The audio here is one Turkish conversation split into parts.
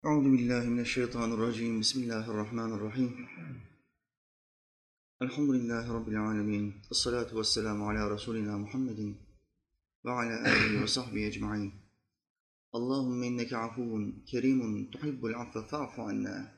Euzubillahimineşşeytanirracim. Bismillahirrahmanirrahim. Elhamdülillahi Rabbil alemin. Esselatu vesselamu ala Resulina Muhammedin ve ala alihi ve sahbihi ecma'in. Allahümme inneke afuvun kerimun tuhibbul affe fa'fu anna.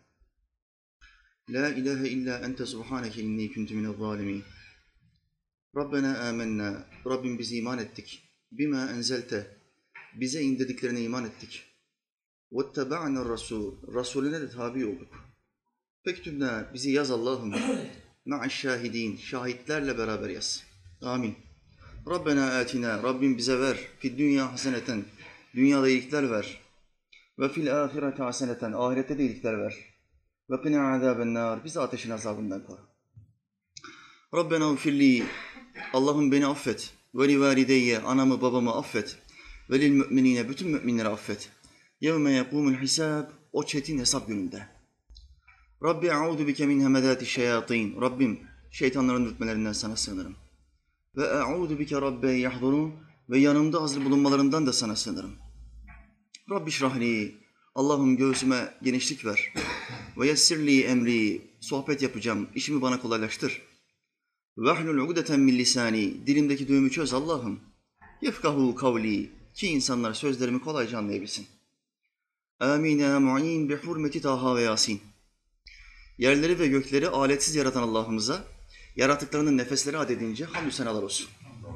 La ilahe illa ente subhaneke inni kuntu minel zalimin. Rabbena amennâ. Rabbim biz iman ettik. Bima enzelte. Bize indirdiklerine iman ettik. وَاتَّبَعْنَا الرَّسُولِ Resulüne de tabi olduk. Fektübna bizi yaz Allah'ım. Ma'aş-şahidin şahitlerle beraber yaz. Amin. Rabbena atina Rabbim bize ver. Fid dünya haseneten dünyada iyilikler ver. Ve fil ahireti haseneten ahirette de iyilikler ver. Ve qina azabennar bizi ateşin azabından koru. Rabbena ufirli Allah'ım beni affet. Ve li valideyye anamı babamı affet. Ve lil müminine bütün müminleri affet. يَوْمَ يَقُومُ الْحِسَابِ O çetin hesap gününde. Rabbi e'udu bike min hemedati şeyatin. Rabbim şeytanların dürtmelerinden sana sığınırım. Ve e'udu bike rabbe yahdurun ve yanımda hazır bulunmalarından da sana sığınırım. Rabbi şrahli Allah'ım göğsüme genişlik ver. Ve yessirli emri sohbet yapacağım. İşimi bana kolaylaştır. Ve ahlul ugdeten min lisani dilimdeki düğümü çöz Allah'ım. Yefkahu kavli ki insanlar sözlerimi kolayca anlayabilsin. Amin ya mu'in bi hurmeti Taha ve Yasin. Yerleri ve gökleri aletsiz yaratan Allah'ımıza, yaratıklarının nefesleri adedince hamdü senalar olsun.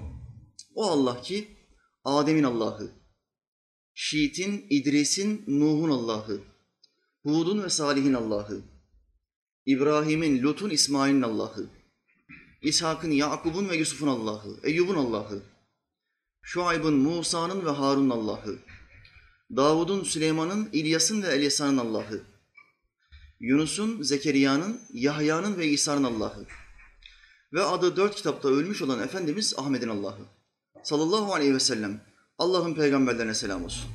O Allah ki, Adem'in Allah'ı, Şiit'in, İdris'in, Nuh'un Allah'ı, Hud'un ve Salih'in Allah'ı, İbrahim'in, Lut'un, İsmail'in Allah'ı, İshak'ın, Yakub'un ve Yusuf'un Allah'ı, Eyyub'un Allah'ı, Şuayb'ın, Musa'nın ve Harun'un Allah'ı, Davud'un, Süleyman'ın, İlyas'ın ve Elyasa'nın Allah'ı, Yunus'un, Zekeriya'nın, Yahya'nın ve İsa'nın Allah'ı ve adı 4 kitapta ölmüş olan Efendimiz Ahmet'in Allah'ı sallallahu aleyhi ve sellem Allah'ın peygamberlerine selam olsun.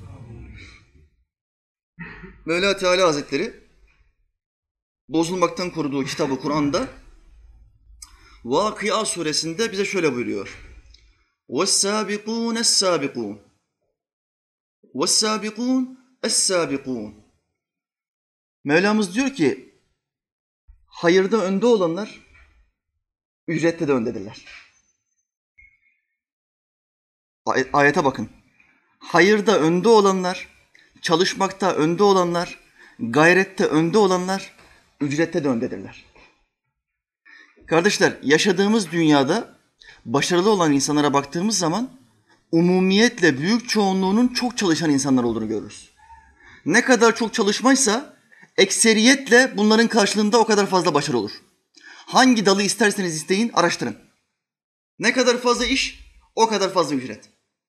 Mevla Teala Hazretleri bozulmaktan koruduğu kitabı Kur'an'da Vakıa suresinde bize şöyle buyuruyor. وَالسَّابِقُونَ السَّابِقُونَ وَالسَّابِقُونَ السَّابِقُونَ Mevlamız diyor ki, hayırda önde olanlar, ücrette de öndedirler. Ayete bakın. Hayırda önde olanlar, çalışmakta önde olanlar, gayrette önde olanlar, ücrette de öndedirler. Kardeşler, yaşadığımız dünyada başarılı olan insanlara baktığımız zaman, umumiyetle büyük çoğunluğunun çok çalışan insanlar olduğunu görürüz. Ne kadar çok çalışmaysa, ekseriyetle bunların karşılığında o kadar fazla başarı olur. Hangi dalı isterseniz isteyin, araştırın. Ne kadar fazla iş, o kadar fazla ücret.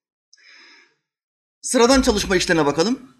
Sıradan çalışma işlerine bakalım.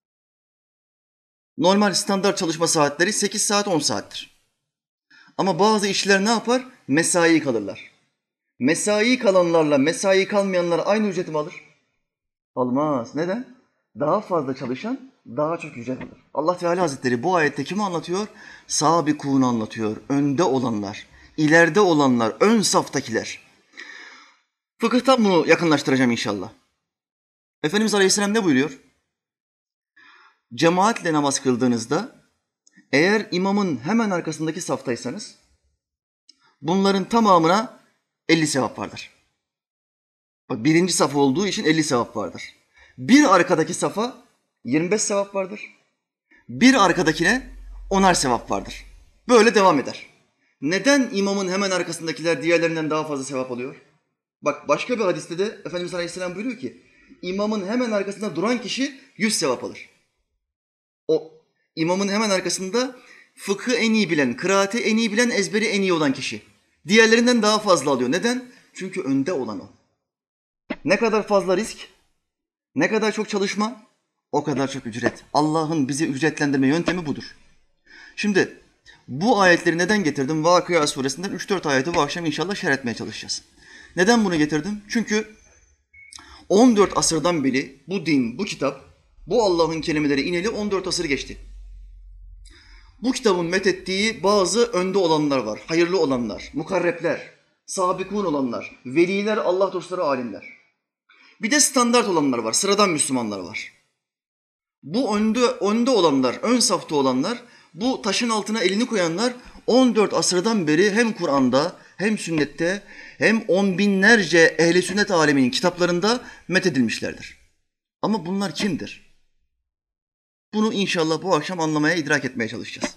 Normal standart çalışma saatleri 8 saat 10 saattir. Ama bazı işçiler ne yapar? Mesai kalırlar. Mesai kalanlarla mesai kalmayanlar aynı ücreti mi alır? Almaz. Neden? Daha fazla çalışan daha çok ücret alır. Allah Teala Hazretleri bu ayette kimi anlatıyor? Sabikûn'u anlatıyor. Önde olanlar, ileride olanlar, ön saftakiler. Fıkıhtan bunu yakınlaştıracağım inşallah. Efendimiz Aleyhisselam ne buyuruyor? Cemaatle namaz kıldığınızda eğer imamın hemen arkasındaki saftaysanız bunların tamamına 50 sevap vardır. Bak birinci saf olduğu için 50 sevap vardır. Bir arkadaki safa 25 sevap vardır. Bir arkadakine 10'ar sevap vardır. Böyle devam eder. Neden imamın hemen arkasındakiler diğerlerinden daha fazla sevap alıyor? Bak başka bir hadiste de Efendimiz Aleyhisselam buyuruyor ki imamın hemen arkasında duran kişi 100 sevap alır. O imamın hemen arkasında fıkhı en iyi bilen, kıraati en iyi bilen, ezberi en iyi olan kişi. Diğerlerinden daha fazla alıyor. Neden? Çünkü önde olan o. Ne kadar fazla risk, ne kadar çok çalışma, o kadar çok ücret. Allah'ın bizi ücretlendirme yöntemi budur. Şimdi bu ayetleri neden getirdim? Vakıa suresinden 3-4 ayeti bu akşam inşallah şerh etmeye çalışacağız. Neden bunu getirdim? Çünkü 14 asırdan beri bu din, bu kitap, bu Allah'ın kelimeleri ineli 14 asır geçti. Bu kitabın methettiği bazı önde olanlar var, hayırlı olanlar, mukarrepler, sabikun olanlar, veliler, Allah dostları, alimler. Bir de standart olanlar var, sıradan Müslümanlar var. Bu önde olanlar, ön safta olanlar, bu taşın altına elini koyanlar 14 asırdan beri hem Kur'an'da hem sünnette hem on binlerce ehli sünnet aleminin kitaplarında methedilmişlerdir. Ama bunlar kimdir? Bunu inşallah bu akşam anlamaya, idrak etmeye çalışacağız.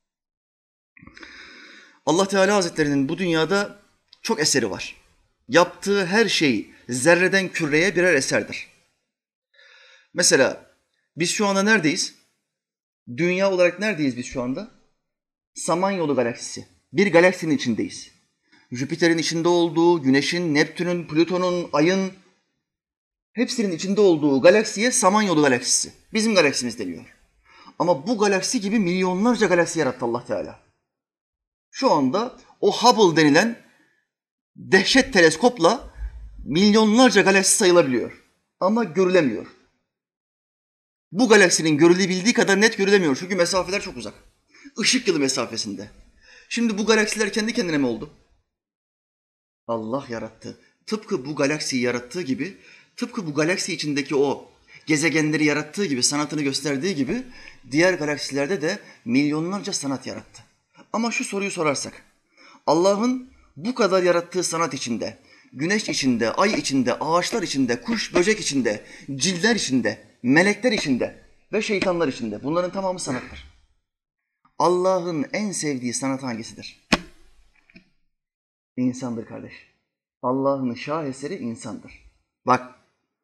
Allah Teala Hazretleri'nin bu dünyada çok eseri var. Yaptığı her şey zerreden küreye birer eserdir. Mesela biz şu anda neredeyiz? Dünya olarak neredeyiz biz şu anda? Samanyolu galaksisi. Bir galaksinin içindeyiz. Jüpiter'in içinde olduğu, Güneş'in, Neptün'ün, Plüton'un, Ay'ın hepsinin içinde olduğu galaksiye Samanyolu galaksisi. Bizim galaksimiz deniyor. Ama bu galaksi gibi milyonlarca galaksi yarattı Allah Teala. Şu anda o Hubble denilen dehşet teleskopla milyonlarca galaksi sayılabiliyor. Ama görülemiyor. Bu galaksinin görülebildiği kadar net görülemiyor. Çünkü mesafeler çok uzak. Işık yılı mesafesinde. Şimdi bu galaksiler kendi kendine mi oldu? Allah yarattı. Tıpkı bu galaksiyi yarattığı gibi, tıpkı bu galaksi içindeki o gezegenleri yarattığı gibi, sanatını gösterdiği gibi diğer galaksilerde de milyonlarca sanat yarattı. Ama şu soruyu sorarsak, Allah'ın bu kadar yarattığı sanat içinde, güneş içinde, ay içinde, ağaçlar içinde, kuş, böcek içinde, ciller içinde, melekler içinde ve şeytanlar içinde, bunların tamamı sanattır. Allah'ın en sevdiği sanat hangisidir? İnsandır kardeş. Allah'ın şaheseri insandır. Bak,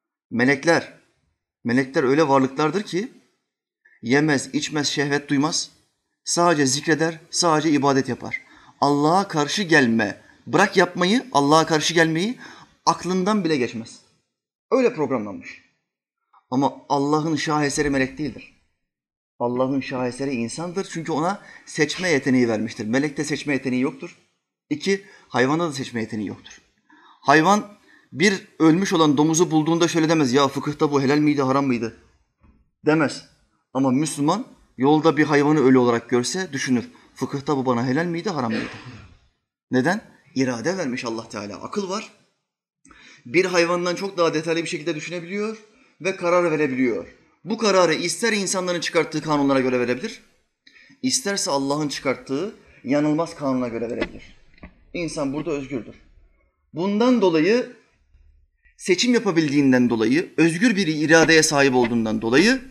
melekler öyle varlıklardır ki yemez, içmez, şehvet duymaz. Sadece zikreder, sadece ibadet yapar. Allah'a karşı gelme, bırak yapmayı, Allah'a karşı gelmeyi aklından bile geçmez. Öyle programlanmış. Ama Allah'ın şaheseri melek değildir. Allah'ın şaheseri insandır çünkü ona seçme yeteneği vermiştir. Melekte seçme yeteneği yoktur. 2, hayvanda da seçme yeteneği yoktur. Hayvan bir ölmüş olan domuzu bulduğunda şöyle demez, ya fıkıhta bu helal miydi, haram mıydı demez. Ama Müslüman yolda bir hayvanı ölü olarak görse düşünür, fıkıhta bu bana helal miydi, haram mıydı? Neden? İrade vermiş Allah Teala, akıl var. Bir hayvandan çok daha detaylı bir şekilde düşünebiliyor ve karar verebiliyor. Bu kararı ister insanların çıkarttığı kanunlara göre verebilir, isterse Allah'ın çıkarttığı yanılmaz kanuna göre verebilir. İnsan burada özgürdür. Bundan dolayı, seçim yapabildiğinden dolayı, özgür bir iradeye sahip olduğundan dolayı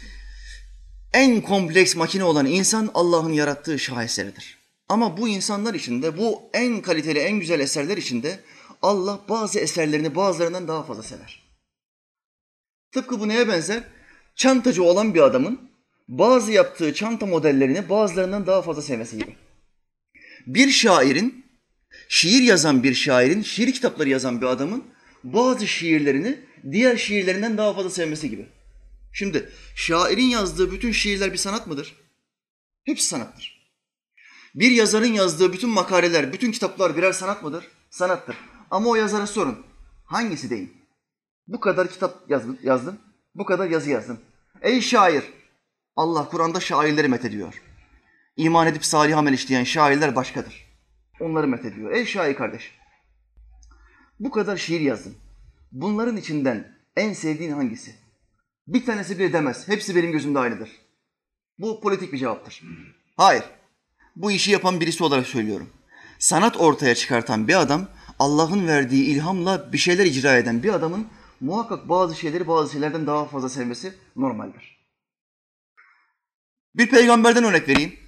en kompleks makine olan insan Allah'ın yarattığı şaheseridir. Ama bu insanlar içinde, bu en kaliteli, en güzel eserler içinde Allah bazı eserlerini bazılarından daha fazla sever. Tıpkı bu neye benzer? Çantacı olan bir adamın bazı yaptığı çanta modellerini bazılarından daha fazla sevmesi gibi. Bir şairin, şiir yazan bir şairin, şiir kitapları yazan bir adamın bazı şiirlerini diğer şiirlerinden daha fazla sevmesi gibi. Şimdi şairin yazdığı bütün şiirler bir sanat mıdır? Hepsi sanattır. Bir yazarın yazdığı bütün makaleler, bütün kitaplar birer sanat mıdır? Sanattır. Ama o yazara sorun. Hangisi değil? Bu kadar kitap yazdın, bu kadar yazı yazdın. Ey şair! Allah Kur'an'da şairleri methediyor. İman edip salih amel işleyen şairler başkadır. Onları methediyor. Ey şair kardeş! Bu kadar şiir yazdın. Bunların içinden en sevdiğin hangisi? Bir tanesi bile demez. Hepsi benim gözümde aynıdır. Bu politik bir cevaptır. Hayır. Bu işi yapan birisi olarak söylüyorum. Sanat ortaya çıkartan bir adam, Allah'ın verdiği ilhamla bir şeyler icra eden bir adamın muhakkak bazı şeyleri bazı şeylerden daha fazla sevmesi normaldir. Bir peygamberden örnek vereyim.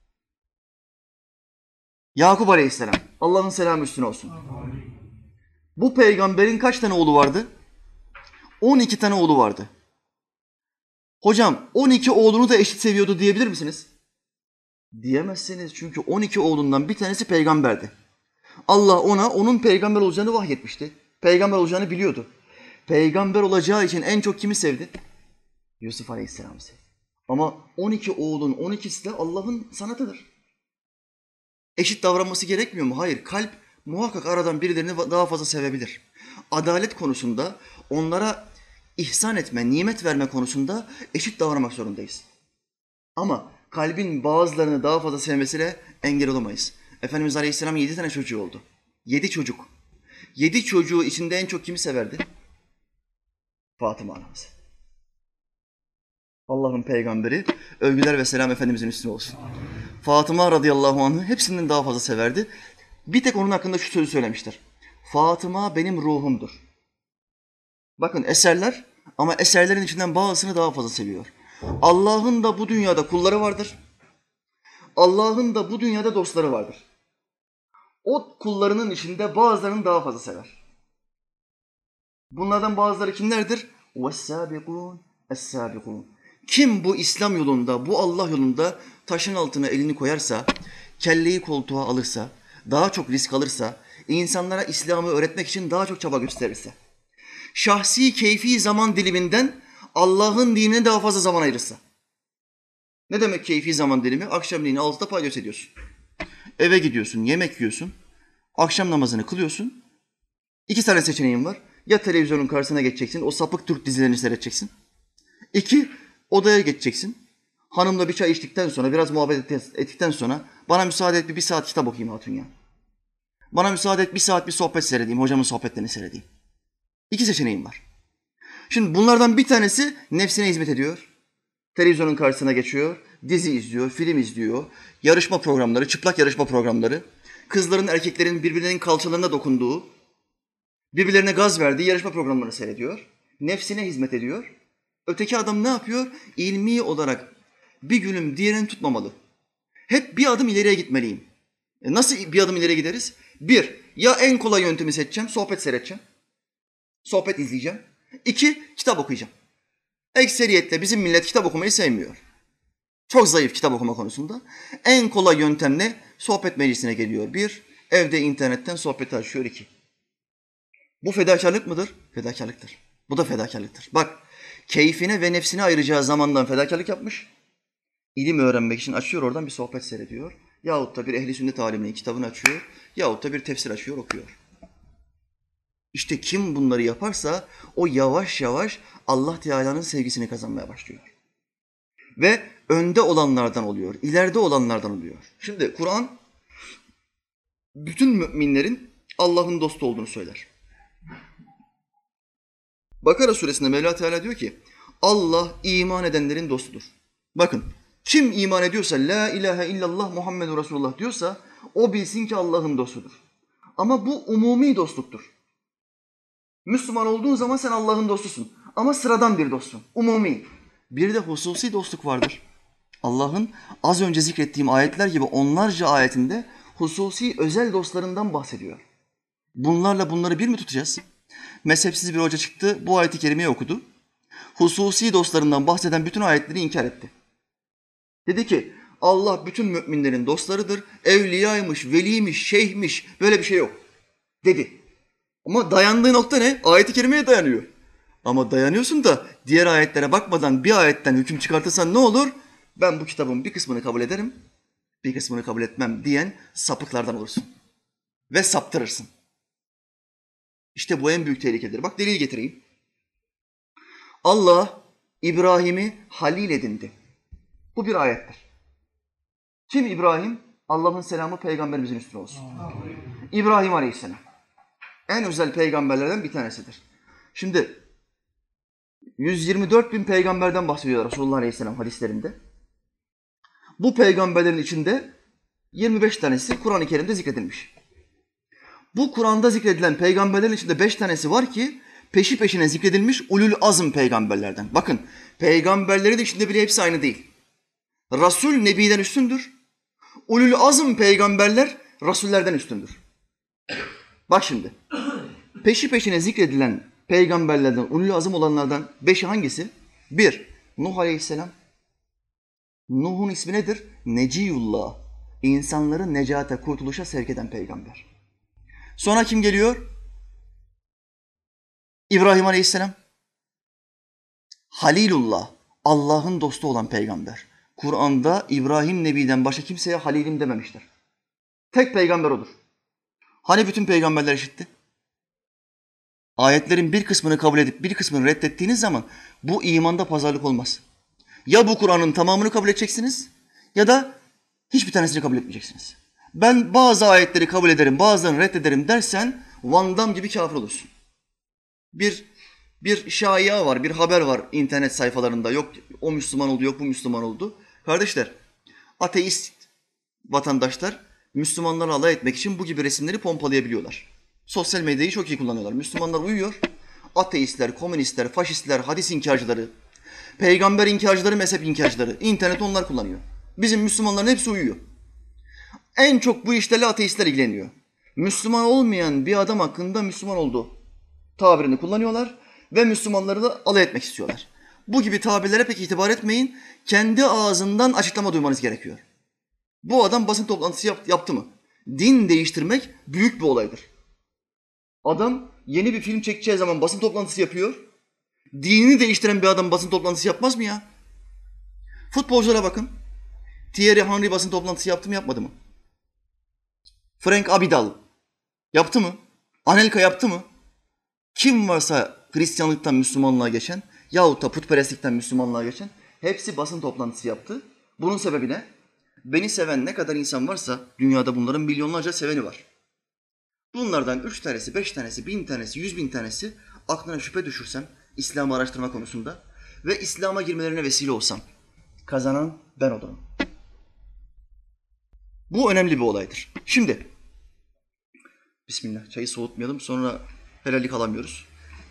Yakup Aleyhisselam. Allah'ın selamı üstüne olsun. Bu peygamberin kaç tane oğlu vardı? 12 tane oğlu vardı. Hocam 12 oğlunu da eşit seviyordu diyebilir misiniz? Diyemezsiniz çünkü 12 oğlundan bir tanesi peygamberdi. Allah ona onun peygamber olacağını vahyetmişti. Peygamber olacağını biliyordu. Peygamber olacağı için en çok kimi sevdi? Yusuf Aleyhisselam'ı sevdi. Ama 12 oğlun 12'si de Allah'ın sanatıdır. Eşit davranması gerekmiyor mu? Hayır. Kalp muhakkak aradan birilerini daha fazla sevebilir. Adalet konusunda onlara ihsan etme, nimet verme konusunda eşit davranmak zorundayız. Ama kalbin bazılarını daha fazla sevmesine engel olamayız. Efendimiz Aleyhisselam 7 tane çocuğu oldu. 7 çocuk. 7 çocuğu içinde en çok kimi severdi? Fatıma anamızı. Allah'ın peygamberi, övgüler ve selam Efendimizin üstüne olsun. Fatıma radıyallahu anh'ı hepsinden daha fazla severdi. Bir tek onun hakkında şu sözü söylemiştir. Fatıma benim ruhumdur. Bakın eserler ama eserlerin içinden bazısını daha fazla seviyor. Allah'ın da bu dünyada kulları vardır. Allah'ın da bu dünyada dostları vardır. O kullarının içinde bazılarını daha fazla sever. Bunlardan bazıları kimlerdir? وَالسَّابِقُونَ السَّابِقُونَ. Kim bu İslam yolunda, bu Allah yolunda taşın altına elini koyarsa, kelleyi koltuğa alırsa, daha çok risk alırsa, insanlara İslam'ı öğretmek için daha çok çaba gösterirse, şahsi keyfi zaman diliminden Allah'ın dinine daha fazla zaman ayırırsa. Ne demek keyfi zaman dilimi? Akşamleyin 6'da paydos ediyorsun. Eve gidiyorsun, yemek yiyorsun, akşam namazını kılıyorsun. 2 tane seçeneğin var. Ya televizyonun karşısına geçeceksin, o sapık Türk dizilerini seyredeceksin. 2, odaya geçeceksin. Hanımla bir çay içtikten sonra, biraz muhabbet ettikten sonra bana müsaade et bir saat kitap okuyayım hatun ya. Bana müsaade et bir saat bir sohbet seyredeyim, hocamın sohbetlerini seyredeyim. 2 seçeneğim var. Şimdi bunlardan bir tanesi nefsine hizmet ediyor. Televizyonun karşısına geçiyor, dizi izliyor, film izliyor, yarışma programları, çıplak yarışma programları, kızların, erkeklerin birbirlerinin kalçalarına dokunduğu, birbirlerine gaz verdiği yarışma programlarını seyrediyor. Nefsine hizmet ediyor. Öteki adam ne yapıyor? İlmi olarak bir günüm diğerini tutmamalı. Hep bir adım ileriye gitmeliyim. Nasıl bir adım ileri gideriz? 1, ya en kolay yöntemi seçeceğim, sohbet seyredeceğim. Sohbet izleyeceğim. 2, kitap okuyacağım. Ekseriyetle bizim millet kitap okumayı sevmiyor. Çok zayıf kitap okuma konusunda. En kolay yöntem ne? Sohbet meclisine geliyor. 1, evde internetten sohbeti açıyor. 2. Bu fedakarlık mıdır? Fedakarlıktır. Bu da fedakarlıktır. Bak, keyfine ve nefsine ayıracağı zamandan fedakarlık yapmış. İlim öğrenmek için açıyor, oradan bir sohbet seyrediyor. Yahut da bir ehli sünnet aliminin kitabını açıyor. Yahut da bir tefsir açıyor, okuyor. İşte kim bunları yaparsa o yavaş yavaş Allah Teala'nın sevgisini kazanmaya başlıyor. Ve önde olanlardan oluyor, ileride olanlardan oluyor. Şimdi Kur'an bütün müminlerin Allah'ın dostu olduğunu söyler. Bakara suresinde Mevla Teala diyor ki Allah iman edenlerin dostudur. Bakın kim iman ediyorsa la ilahe illallah Muhammedun Resulullah diyorsa o bilsin ki Allah'ın dostudur. Ama bu umumi dostluktur. Müslüman olduğun zaman sen Allah'ın dostusun. Ama sıradan bir dostsun. Umumi. Bir de hususi dostluk vardır. Allah'ın az önce zikrettiğim ayetler gibi onlarca ayetinde hususi özel dostlarından bahsediyor. Bunlarla bunları bir mi tutacağız? Mezhepsiz bir hoca çıktı, bu ayeti kerimeyi okudu. Hususi dostlarından bahseden bütün ayetleri inkar etti. Dedi ki Allah bütün müminlerin dostlarıdır, evliyaymış, veliymiş, şeyhmiş, böyle bir şey yok dedi. Ama dayandığı nokta ne? Ayet-i kerimeye dayanıyor. Ama dayanıyorsun da diğer ayetlere bakmadan bir ayetten hüküm çıkartırsan ne olur? Ben bu kitabın bir kısmını kabul ederim, bir kısmını kabul etmem diyen sapıklardan olursun. Ve saptırırsın. İşte bu en büyük tehlikedir. Bak delil getireyim. Allah İbrahim'i halil edindi. Bu bir ayettir. Kim İbrahim? Allah'ın selamı peygamberimizin üstüne olsun. İbrahim Aleyhisselam. En özel peygamberlerden bir tanesidir. Şimdi 124 bin peygamberden bahsediyor Resulullah Aleyhisselam hadislerinde. Bu peygamberlerin içinde 25 tanesi Kur'an-ı Kerim'de zikredilmiş. Bu Kur'an'da zikredilen peygamberlerin içinde 5 tanesi var ki peşi peşine zikredilmiş ulul azm peygamberlerden. Bakın peygamberlerin içinde bile hepsi aynı değil. Resul Nebi'den üstündür. Ulul azm peygamberler Rasullerden üstündür. Bak şimdi peşi peşine zikredilen peygamberlerden ulul azm olanlardan 5'i hangisi? 1. Nuh Aleyhisselam. Nuh'un ismi nedir? Neciyullah. İnsanları necate, kurtuluşa sevk eden peygamber. Sonra kim geliyor? İbrahim Aleyhisselam. Halilullah. Allah'ın dostu olan peygamber. Kur'an'da İbrahim Nebi'den başka kimseye halilim dememiştir. Tek peygamber odur. Hani bütün peygamberler eşitti? Ayetlerin bir kısmını kabul edip bir kısmını reddettiğiniz zaman bu imanda pazarlık olmaz. Ya bu Kur'an'ın tamamını kabul edeceksiniz ya da hiçbir tanesini kabul etmeyeceksiniz. Ben bazı ayetleri kabul ederim, bazılarını reddederim dersen Van Damme gibi kafir olursun. Bir Bir şaiya var, bir haber var internet sayfalarında. Yok o Müslüman oldu, yok bu Müslüman oldu. Kardeşler, ateist vatandaşlar Müslümanlarla alay etmek için bu gibi resimleri pompalayabiliyorlar. Sosyal medyayı çok iyi kullanıyorlar. Müslümanlar uyuyor. Ateistler, komünistler, faşistler, hadis inkarcıları, peygamber inkarcıları, mezhep inkarcıları. İnterneti onlar kullanıyor. Bizim Müslümanların hepsi uyuyor. En çok bu işlerle ateistler ilgileniyor. Müslüman olmayan bir adam hakkında Müslüman olduğu tabirini kullanıyorlar ve Müslümanları da alay etmek istiyorlar. Bu gibi tabirlere pek itibar etmeyin. Kendi ağzından açıklama duymanız gerekiyor. Bu adam basın toplantısı yaptı mı? Din değiştirmek büyük bir olaydır. Adam yeni bir film çekeceği zaman basın toplantısı yapıyor. Dinini değiştiren bir adam basın toplantısı yapmaz mı ya? Futbolculara bakın. Thierry Henry basın toplantısı yaptı mı yapmadı mı? Frank Abidal yaptı mı? Anelka yaptı mı? Kim varsa Hristiyanlıktan Müslümanlığa geçen yahut da putperestlikten Müslümanlığa geçen hepsi basın toplantısı yaptı. Bunun sebebi ne? Beni seven ne kadar insan varsa dünyada bunların milyonlarca seveni var. Bunlardan 3 tanesi, 5 tanesi, 1000 tanesi, 100.000 tanesi aklına şüphe düşürsem İslam'ı araştırma konusunda ve İslam'a girmelerine vesile olsam kazanan ben olurum. Bu önemli bir olaydır. Şimdi Bismillah, çayı soğutmayalım sonra helallik alamıyoruz.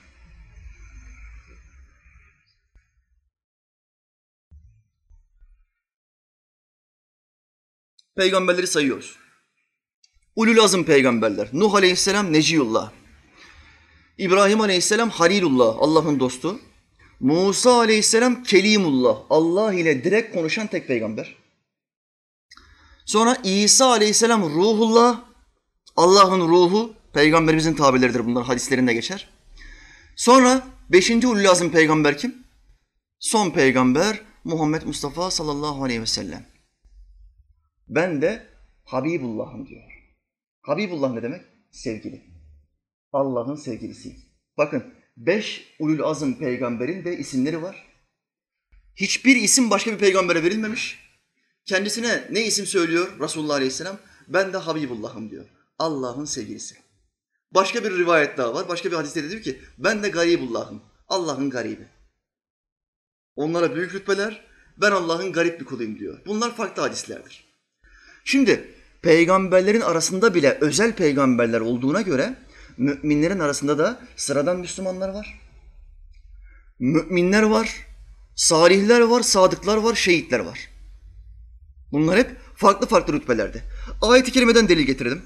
Peygamberleri sayıyoruz. Ulul azm peygamberler. Nuh aleyhisselam Neciyullah. İbrahim aleyhisselam Halilullah, Allah'ın dostu. Musa aleyhisselam Kelimullah, Allah ile direkt konuşan tek peygamber. Sonra İsa aleyhisselam Ruhullah, Allah'ın ruhu, peygamberimizin tabirleridir bunlar, hadislerinde geçer. Sonra 5. ulul azm peygamber kim? Son peygamber Muhammed Mustafa sallallahu aleyhi ve sellem. Ben de Habibullah'ım diyor. Habibullah ne demek? Sevgili. Allah'ın sevgilisi. Bakın 5 ulul azm peygamberin de isimleri var. Hiçbir isim başka bir peygambere verilmemiş. Kendisine ne isim söylüyor Resulullah Aleyhisselam? Ben de Habibullah'ım diyor. Allah'ın sevgilisi. Başka bir rivayet daha var. Başka bir hadiste de diyor ki ben de Garibullah'ım. Allah'ın garibi. Onlara büyük rütbeler, ben Allah'ın garip bir kuluyum diyor. Bunlar farklı hadislerdir. Şimdi peygamberlerin arasında bile özel peygamberler olduğuna göre müminlerin arasında da sıradan Müslümanlar var. Müminler var, salihler var, sadıklar var, şehitler var. Bunlar hep farklı farklı rütbelerde. Ayet-i kerimeden delil getirelim.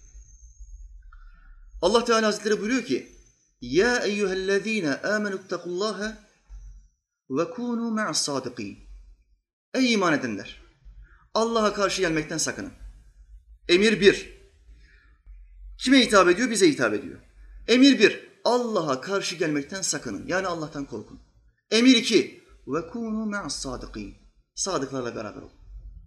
Allah Teala Hazretleri buyuruyor ki: "Ya eyyühellezîne âmenüttekullâhe ve kûnû me'as-sâdıkîn." Ey iman edenler! Allah'a karşı gelmekten sakının. Emir 1. Kime hitap ediyor? Bize hitap ediyor. Emir 1. Allah'a karşı gelmekten sakının. Yani Allah'tan korkun. Emir 2. Ve kûnû me'as-sâdıkîn. Sadıklarla beraber olun.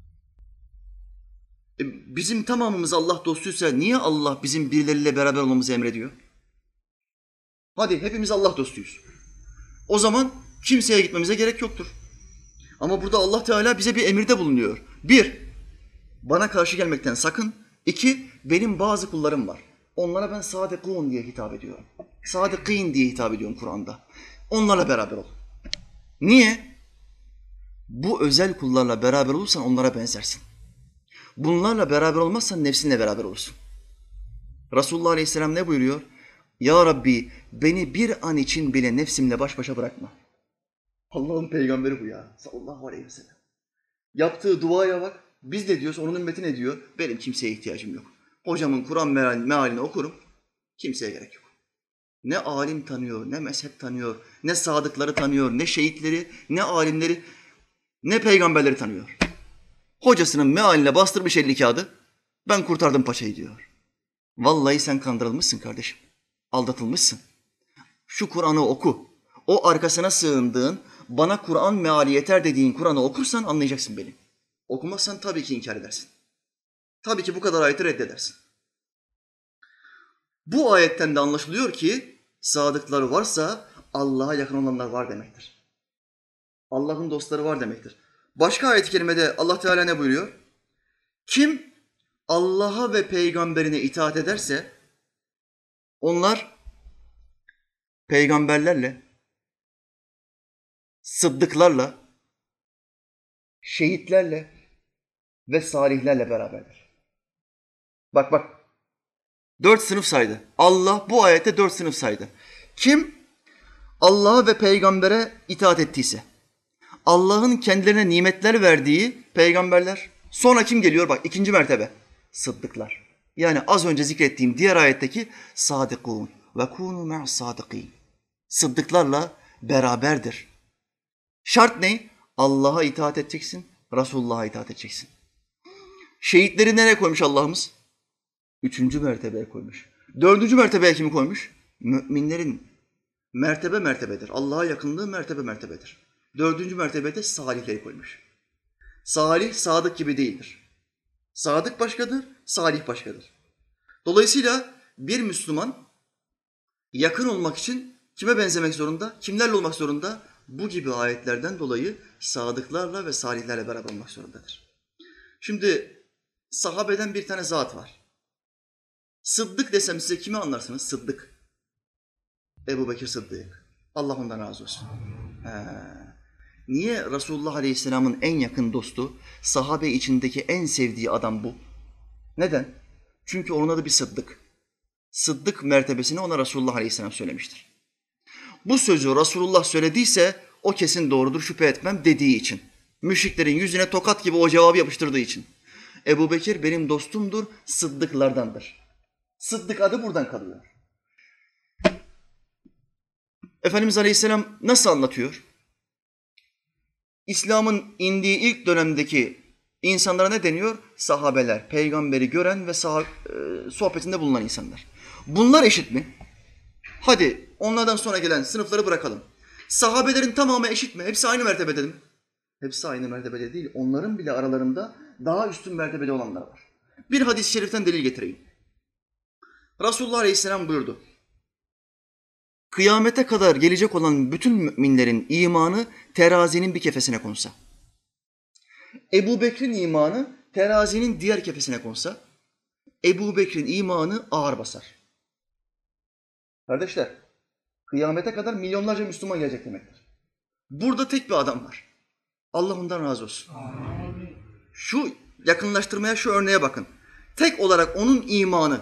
Bizim tamamımız Allah dostuysa niye Allah bizim birileriyle beraber olmamızı emrediyor? Hadi hepimiz Allah dostuyuz. O zaman kimseye gitmemize gerek yoktur. Ama burada Allah Teala bize bir emirde bulunuyor. 1. Bana karşı gelmekten sakın. 2. Benim bazı kullarım var. Onlara ben sadıkûn diye hitap ediyorum. Sadıkîn diye hitap ediyorum Kur'an'da. Onlarla beraber ol. Niye? Bu özel kullarla beraber olursan onlara benzersin. Bunlarla beraber olmazsan nefsinle beraber olursun. Resulullah Aleyhisselam ne buyuruyor? Ya Rabbi beni bir an için bile nefsimle baş başa bırakma. Allah'ın peygamberi bu ya sallallahu aleyhi ve sellem. Yaptığı duaya bak. Biz de diyoruz, onun ümmeti ne diyor? Benim kimseye ihtiyacım yok. Hocamın Kur'an mealini okurum. Kimseye gerek yok. Ne alim tanıyor, ne mezhep tanıyor, ne sadıkları tanıyor, ne şehitleri, ne alimleri, ne peygamberleri tanıyor. Hocasının mealine bastırmış 50 kağıdı. Ben kurtardım paçayı diyor. Vallahi sen kandırılmışsın kardeşim. Aldatılmışsın. Şu Kur'an'ı oku. O arkasına sığındığın, bana Kur'an meali yeter dediğin Kur'an'ı okursan anlayacaksın beni. Okumazsan tabii ki inkar edersin. Tabii ki bu kadar ayeti reddedersin. Bu ayetten de anlaşılıyor ki sadıklar varsa Allah'a yakın olanlar var demektir. Allah'ın dostları var demektir. Başka ayet-i kerimede Allah Teala ne buyuruyor? Kim Allah'a ve peygamberine itaat ederse onlar peygamberlerle, sıddıklarla, şehitlerle ve salihlerle beraberdir. Bak. 4 sınıf saydı. Allah bu ayette 4 sınıf saydı. Kim Allah'a ve peygambere itaat ettiyse, Allah'ın kendilerine nimetler verdiği peygamberler, sonra kim geliyor? Bak ikinci mertebe. Sıddıklar. Yani az önce zikrettiğim diğer ayetteki sadıkûn ve kûnû me'as sadıkîn. Sıddıklarla beraberdir. Şart ne? Allah'a itaat edeceksin, Resulullah'a itaat edeceksin. Şehitleri nereye koymuş Allah'ımız? 3. mertebeye koymuş. 4. mertebeye kimi koymuş? Müminlerin mertebedir. Allah'a yakınlığı mertebedir. 4. mertebede salihleri koymuş. Salih, sadık gibi değildir. Sadık başkadır, salih başkadır. Dolayısıyla bir Müslüman yakın olmak için kime benzemek zorunda? Kimlerle olmak zorunda? Bu gibi ayetlerden dolayı sadıklarla ve salihlerle beraber olmak zorundadır. Şimdi sahabeden bir tane zat var. Sıddık desem size kimi anlarsınız? Sıddık. Ebu Bekir Sıddık. Allah ondan razı olsun. Niye Resulullah Aleyhisselam'ın en yakın dostu, sahabe içindeki en sevdiği adam bu? Neden? Çünkü onun adı bir sıddık. Sıddık mertebesini ona Resulullah Aleyhisselam söylemiştir. Bu sözü Resulullah söylediyse o kesin doğrudur, şüphe etmem dediği için. Müşriklerin yüzüne tokat gibi o cevabı yapıştırdığı için. Ebu Bekir benim dostumdur, sıddıklardandır. Sıddık adı buradan kalıyor. Efendimiz Aleyhisselam nasıl anlatıyor? İslam'ın indiği ilk dönemdeki insanlara ne deniyor? Sahabeler, peygamberi gören ve sohbetinde bulunan insanlar. Bunlar eşit mi? Hadi onlardan sonra gelen sınıfları bırakalım. Sahabelerin tamamı eşit mi? Hepsi aynı mertebede mi? Hepsi aynı mertebede değil. Onların bile aralarında daha üstün mertebede olanlar var. Bir hadis-i şeriften delil getireyim. Resulullah Aleyhisselam buyurdu. Kıyamete kadar gelecek olan bütün müminlerin imanı terazinin bir kefesine konsa. Ebu Bekir'in imanı terazinin diğer kefesine konsa, Ebu Bekir'in imanı ağır basar. Kardeşler, kıyamete kadar milyonlarca Müslüman gelecek demektir. Burada tek bir adam var. Allah ondan razı olsun. Amin. Şu yakınlaştırmaya, şu örneğe bakın. Tek olarak onun imanı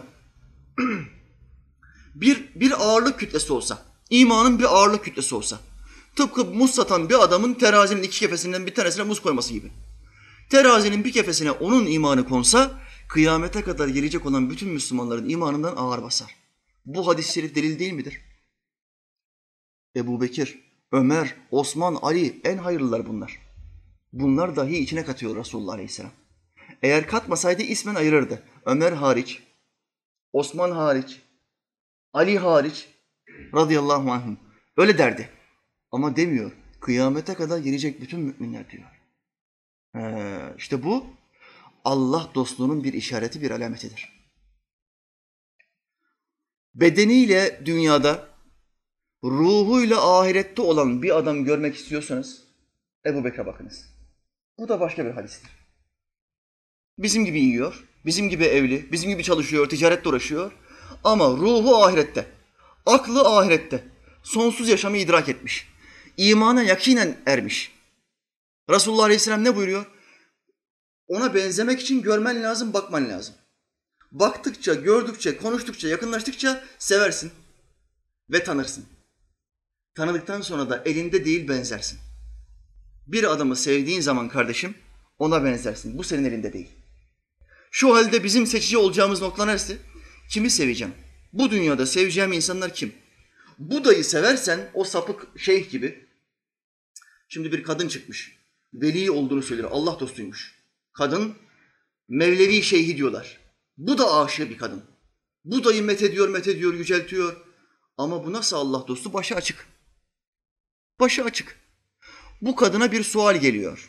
bir ağırlık kütlesi olsa, imanın bir ağırlık kütlesi olsa, tıpkı muz satan bir adamın terazinin 2 kefesinden bir tanesine muz koyması gibi. Terazinin bir kefesine onun imanı konsa, kıyamete kadar gelecek olan bütün Müslümanların imanından ağır basar. Bu hadis-i şerif delil değil midir? Ebu Bekir, Ömer, Osman, Ali en hayırlılar bunlar. Bunlar dahi içine katıyor Resulullah Aleyhisselam. Eğer katmasaydı ismen ayırırdı. Ömer hariç, Osman hariç, Ali hariç radıyallahu anhum. Öyle derdi. Ama demiyor. Kıyamete kadar gelecek bütün müminler diyor. İşte bu Allah dostluğunun bir işareti, bir alametidir. Bedeniyle dünyada, ruhuyla ahirette olan bir adam görmek istiyorsanız Ebu Bekir'e bakınız. Bu da başka bir hadistir. Bizim gibi yiyor, bizim gibi evli, bizim gibi çalışıyor, ticaretle uğraşıyor. Ama ruhu ahirette, aklı ahirette, sonsuz yaşamı idrak etmiş. İmana yakinen ermiş. Resulullah Aleyhisselam ne buyuruyor? Ona benzemek için görmen lazım, bakman lazım. Baktıkça, gördükçe, konuştukça, yakınlaştıkça seversin ve tanırsın. Tanıdıktan sonra da elinde değil benzersin. Bir adamı sevdiğin zaman kardeşim ona benzersin. Bu senin elinde değil. Şu halde bizim seçici olacağımız nokta neresi? Kimi seveceğim? Bu dünyada seveceğim insanlar kim? Budayı seversen o sapık şeyh gibi. Şimdi bir kadın çıkmış. Veli olduğunu söylüyor. Allah dostuymuş. Kadın Mevlevi şeyhi diyorlar. Bu da aşık bir kadın. Budayı methediyor, yüceltiyor. Ama bu nasıl Allah dostu? Başı açık. Başı açık. Bu kadına bir sual geliyor.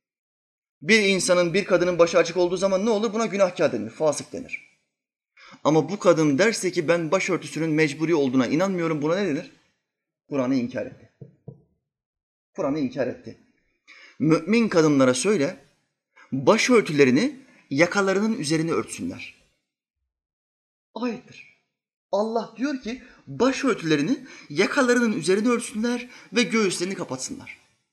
Bir kadının başı açık olduğu zaman ne olur? Buna günahkar denir, fasık denir. Ama bu kadın derse ki ben başörtüsünün mecburi olduğuna inanmıyorum, buna ne denir? Kur'an'ı inkar etti. Kur'an'ı inkar etti. Mümin kadınlara söyle, başörtülerini yakalarının üzerine örtsünler. Ayettir. Allah diyor ki başörtülerini yakalarının üzerine örtsünler ve göğüslerini kapatsınlar.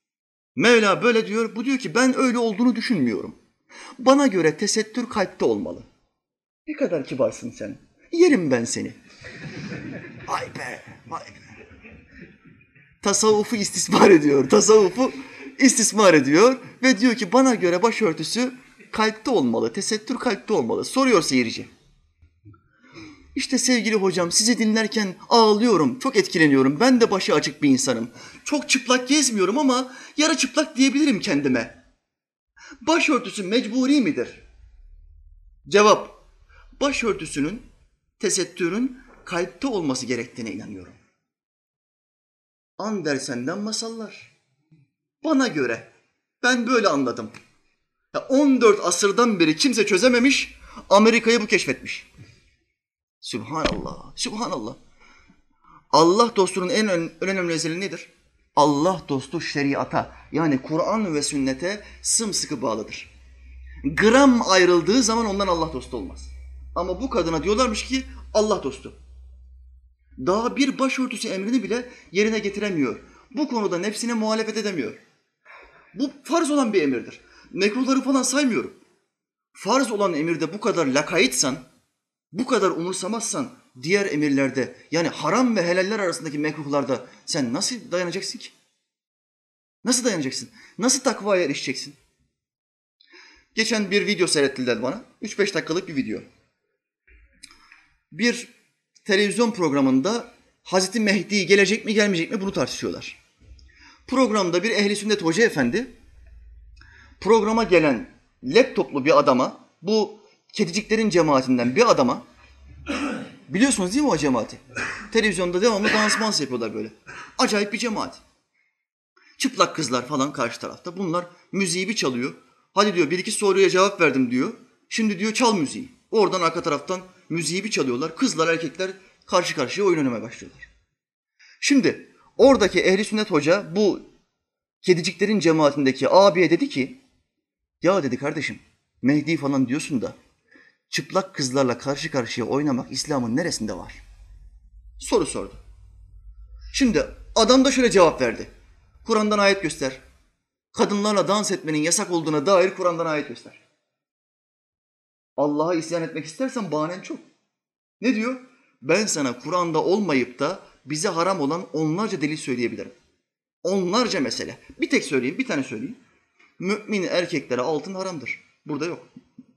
Mevla böyle diyor, bu diyor ki ben öyle olduğunu düşünmüyorum. Bana göre tesettür kalpte olmalı. Ne kadar kibarsın sen. Yerim ben seni. Vay be, vay be. Tasavvufu istismar ediyor ve diyor ki bana göre başörtüsü kalpte olmalı, tesettür kalpte olmalı. Soruyor seyirci. İşte sevgili hocam sizi dinlerken ağlıyorum, çok etkileniyorum. Ben de başı açık bir insanım. Çok çıplak gezmiyorum ama yarı çıplak diyebilirim kendime. Başörtüsü mecburi midir? Cevap, başörtüsünün, tesettürün kalpte olması gerektiğine inanıyorum. Andersen'den masallar. Bana göre, ben böyle anladım. 14 asırdan beri kimse çözememiş, Amerika'yı bu keşfetmiş. Sübhanallah, Sübhanallah. Allah dostunun en önemli özelliği nedir? Allah dostu şeriata, yani Kur'an ve sünnete sımsıkı bağlıdır. Gram ayrıldığı zaman ondan Allah dostu olmaz. Ama bu kadına diyorlarmış ki Allah dostu. Daha bir başörtüsü emrini bile yerine getiremiyor. Bu konuda nefsine muhalefet edemiyor. Bu farz olan bir emirdir. Mekruhları falan saymıyorum. Farz olan emirde bu kadar lakaytsan, bu kadar umursamazsan diğer emirlerde, yani haram ve helaller arasındaki mekruhlarda sen nasıl dayanacaksın ki? Nasıl dayanacaksın? Nasıl takvaya erişeceksin? Geçen bir video seyrettiler bana. 3-5 dakikalık bir video. Bir televizyon programında Hazreti Mehdi gelecek mi gelmeyecek mi bunu tartışıyorlar. Programda bir ehli sünnet hoca efendi programa gelen laptoplu bir adama, bu kediciklerin cemaatinden bir adama, biliyorsunuz değil mi o cemaati? Televizyonda devamlı dans yapıyorlar böyle. Acayip bir cemaat. Çıplak kızlar falan karşı tarafta. Bunlar müziği bir çalıyor. Hadi diyor bir iki soruya cevap verdim diyor. Şimdi diyor çal müziği. Oradan arka taraftan müziği bir çalıyorlar. Kızlar erkekler karşı karşıya oyun oynamaya başlıyorlar. Şimdi oradaki ehli sünnet hoca bu kediciklerin cemaatindeki abiye dedi ki ya dedi kardeşim Mehdi falan diyorsun da çıplak kızlarla karşı karşıya oynamak İslam'ın neresinde var? Soru sordu. Şimdi adam da şöyle cevap verdi. Kur'an'dan ayet göster. Kadınlarla dans etmenin yasak olduğuna dair Kur'an'dan ayet göster. Allah'a isyan etmek istersen bahanen çok. Ne diyor? Ben sana Kur'an'da olmayıp da bize haram olan onlarca delil söyleyebilirim. Onlarca mesele. Bir tek söyleyeyim, bir tane söyleyeyim. Mümin erkeklere altın haramdır. Burada yok.